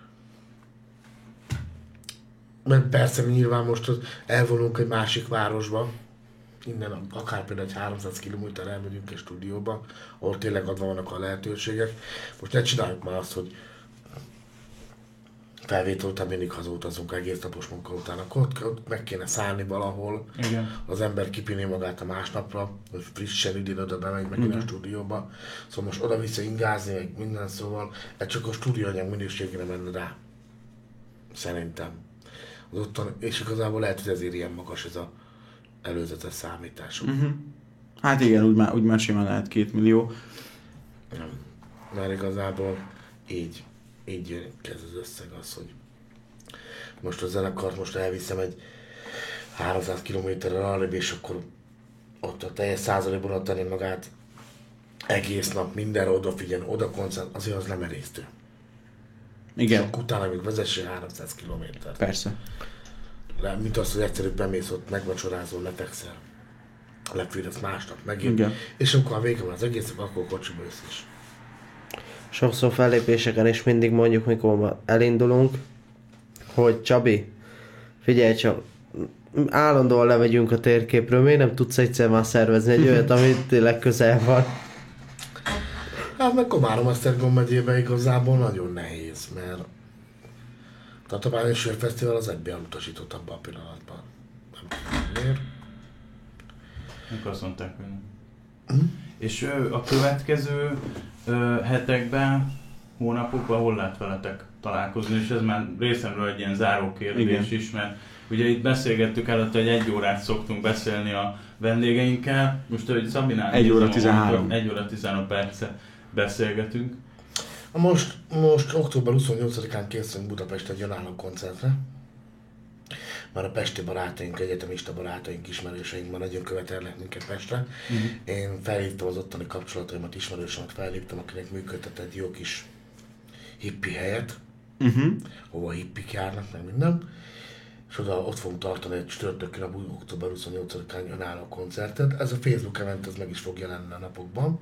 Mert persze mi nyilván most elvonulunk egy másik városba, innen akár például egy 300 km elmegyünk egy stúdióba, ahol tényleg adva vannak a lehetőségek. Most ne csináljuk már azt, hogy felvétel után mindig hazautazunk egész napos munka után, akkor ott meg kéne szállni valahol. Igen. Az ember kipini magát a másnapra, hogy frissen idén oda bemegy meg a stúdióba. Szóval most oda-vissza ingázni, meg minden, szóval ez csak a stúdióanyag minőségére menne rá. Szerintem. Az ottan, és igazából lehet, hogy ezért ilyen magas ez a előzetes számítások. Hát igen, úgy már simán lehet 2 millió. Nem. Mert igazából így jön ez az összeg az, hogy most a zenekart most elviszem egy 300 km-re arrébb, és akkor ott a teljes százalékban adni magát egész nap, mindenre odafigyelni, oda koncentrált, azért az nem erésztő. Igen. És utána még vezesse 300 km-t. Persze. Mint az, hogy egyszerűen bemész ott, megvacsorázol, lefekszel, lepülhetsz másnap megint, Igen. és amikor a vége van az egésznek, akkor kocsiba jössz is. Sokszor fellépéseken is mindig mondjuk, mikor elindulunk, hogy Csabi, figyelj csak, állandóan levegyünk a térképről, miért nem tudsz egyszer már szervezni egy olyat, amit tényleg közel van? Hát meg Komárom-Esztergom megyében igazából nagyon nehéz, mert a Tatabányi Sörfesztivál az ebben elutasított abban a pillanatban. Nem tudom miért. Akkor azt mondták, hogy nem. És a következő hetekben, hónapokban hol lehet veletek találkozni? És ez már részemről egy ilyen záró kérdés is, mert ugye itt beszélgettük előtte, hogy 1 órát szoktunk beszélni a vendégeinkkel. Most, hogy Szabinál 1 óra 13. 1 óra 13 perce beszélgetünk. Most október 28-án készülünk Budapest egy önálló koncertre. Már a pesti barátaink, egyetemista barátaink, ismerőseink már nagyon követelnek minket Pestre. Én felhívtam az ottani kapcsolataimat, ismerősemet felhívtam, akinek működtet egy jó kis hippi helyet, ahol a hippik járnak, meg minden. És ott fogunk tartani egy csütörtökön, október 28-án önálló koncertet. Ez a Facebook event, ez meg is fog jelenni a napokban.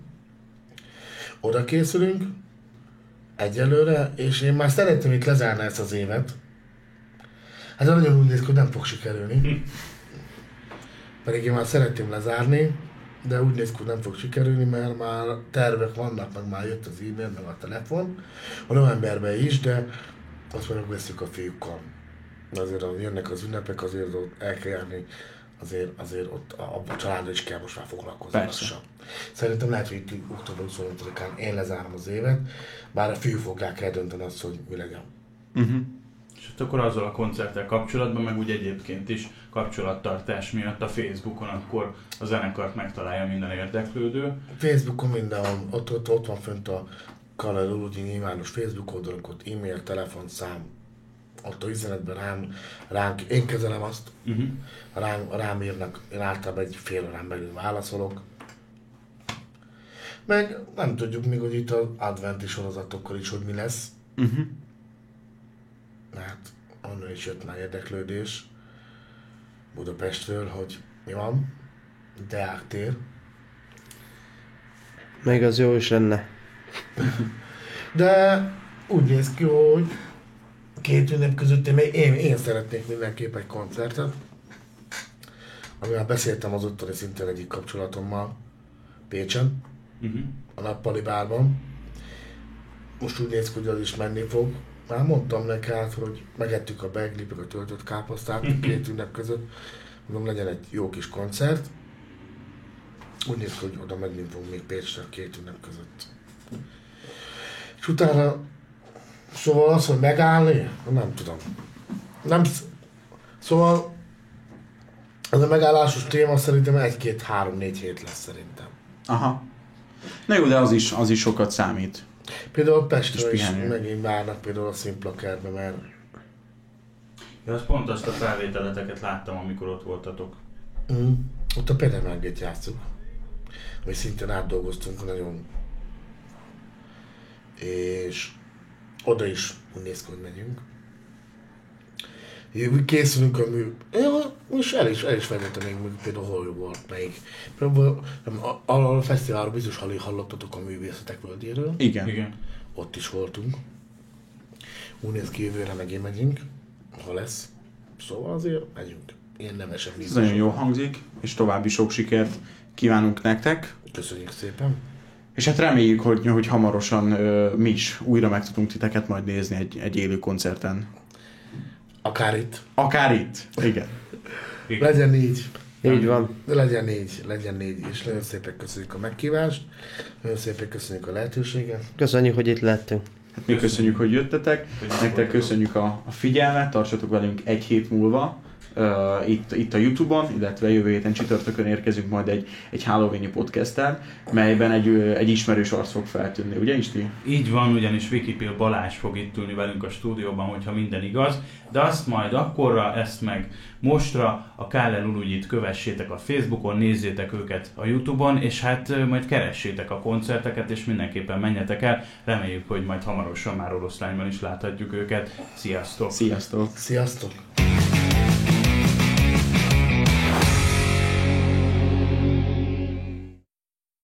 Oda készülünk egyelőre, és én már szeretném itt lezárni ezt az évet. Hát nagyon úgy néz ki, hogy nem fog sikerülni. Pedig én már szeretném lezárni, de úgy néz ki, hogy nem fog sikerülni, mert már tervek vannak, meg már jött az e-mail, meg a telefon. A novemberben is, de azt mondjuk veszük a fiúkkal. Azért jönnek az ünnepek, azért ott el kell járni, azért ott a családdal is kell most már foglalkozni. Persze. Szerintem lehet, hogy itt október 28-án én lezárom az évet, bár a fiú fogják eldönteni azt, hogy mi legyen. És akkor azzal a koncerttel kapcsolatban, meg úgy egyébként is kapcsolattartás miatt a Facebookon, akkor a zenekart megtalálja minden érdeklődő. Facebookon mindenhol, ott van fönt a Kalle Lulugyi nyilvános Facebook oldalunk, ott e-mail, telefonszám, ott a üzenetben ránk, én kezelem azt, rám írnak, én általában egy fél órán belül válaszolok. Meg nem tudjuk még, hogy itt az adventi sorozatokkal is, hogy mi lesz. Hát onnan is jött már érdeklődés Budapestről, hogy mi van, Deák tér. Még az jó is lenne. De úgy néz ki, hogy 2 ünnep között én szeretnék mindenképp egy koncertet. amivel beszéltem az ottani szintén egyik kapcsolatommal, Pécsen, a nappali bárban. Most úgy néz ki, hogy az is menni fog. Már mondtam neki át, hogy megettük a begli, meg a töltött káposztát 2 ünnep között. Mondom, legyen egy jó kis koncert. Úgy néz ki, hogy oda menni fog még Pécsre 2 ünnep között. És utána, szóval az, hogy megállni, nem tudom. Szóval ez a megállásos téma szerintem 1-2-3-4 hét lesz szerintem. Aha. Na jó, de az is sokat számít. Például Pestre is megint várnak például a Színplakerbe, mert... Ja, azt pont azt a felvételeteket láttam, amikor ott voltatok. Ott a Pedemergét játszuk, hogy szintén átdolgoztunk nagyon. És oda is úgy néz ki, hogy megyünk. Készülünk a mű... És el is fejtettem még például hol volt melyik. Például a fesztiválról biztos hallottatok a Művészetek Völgyéről. Igen. Ott is voltunk. Úgy néz ki, jövőre megint megyünk, ha lesz. Szóval azért megyünk. Ilyen nemesen biztos. Ez nagyon jó hangzik, és további sok sikert kívánunk nektek. Köszönjük szépen. És hát reméljük, hogy hamarosan mi is újra meg tudunk titeket majd nézni egy élő koncerten. Akár itt. Akár itt, igen. Legyen így. Így van. Legyen így. És nagyon szépen köszönjük a meghívást. Nagyon szépen köszönjük a lehetőséget. Köszönjük, hogy itt lettünk. Hát mi köszönjük, hogy jöttetek. Nektek köszönjük a figyelmet. Tartsatok velünk 1 hét múlva. Itt a YouTube-on, illetve jövő héten csütörtökön érkezünk majd egy Halloween-i podcasttel, melyben egy ismerős arc fog feltűnni, ugye Isti? Így van, ugyanis Vikipil Balázs fog itt ülni velünk a stúdióban, hogyha minden igaz, de azt majd akkorra, ezt meg mostra a Kále Lulugyit kövessétek a Facebookon, nézzétek őket a YouTube-on, és hát majd keressétek a koncerteket, és mindenképpen menjetek el. Reméljük, hogy majd hamarosan már Oroszlányban is láthatjuk őket. Sziasztok! Sziasztok! Sziasztok!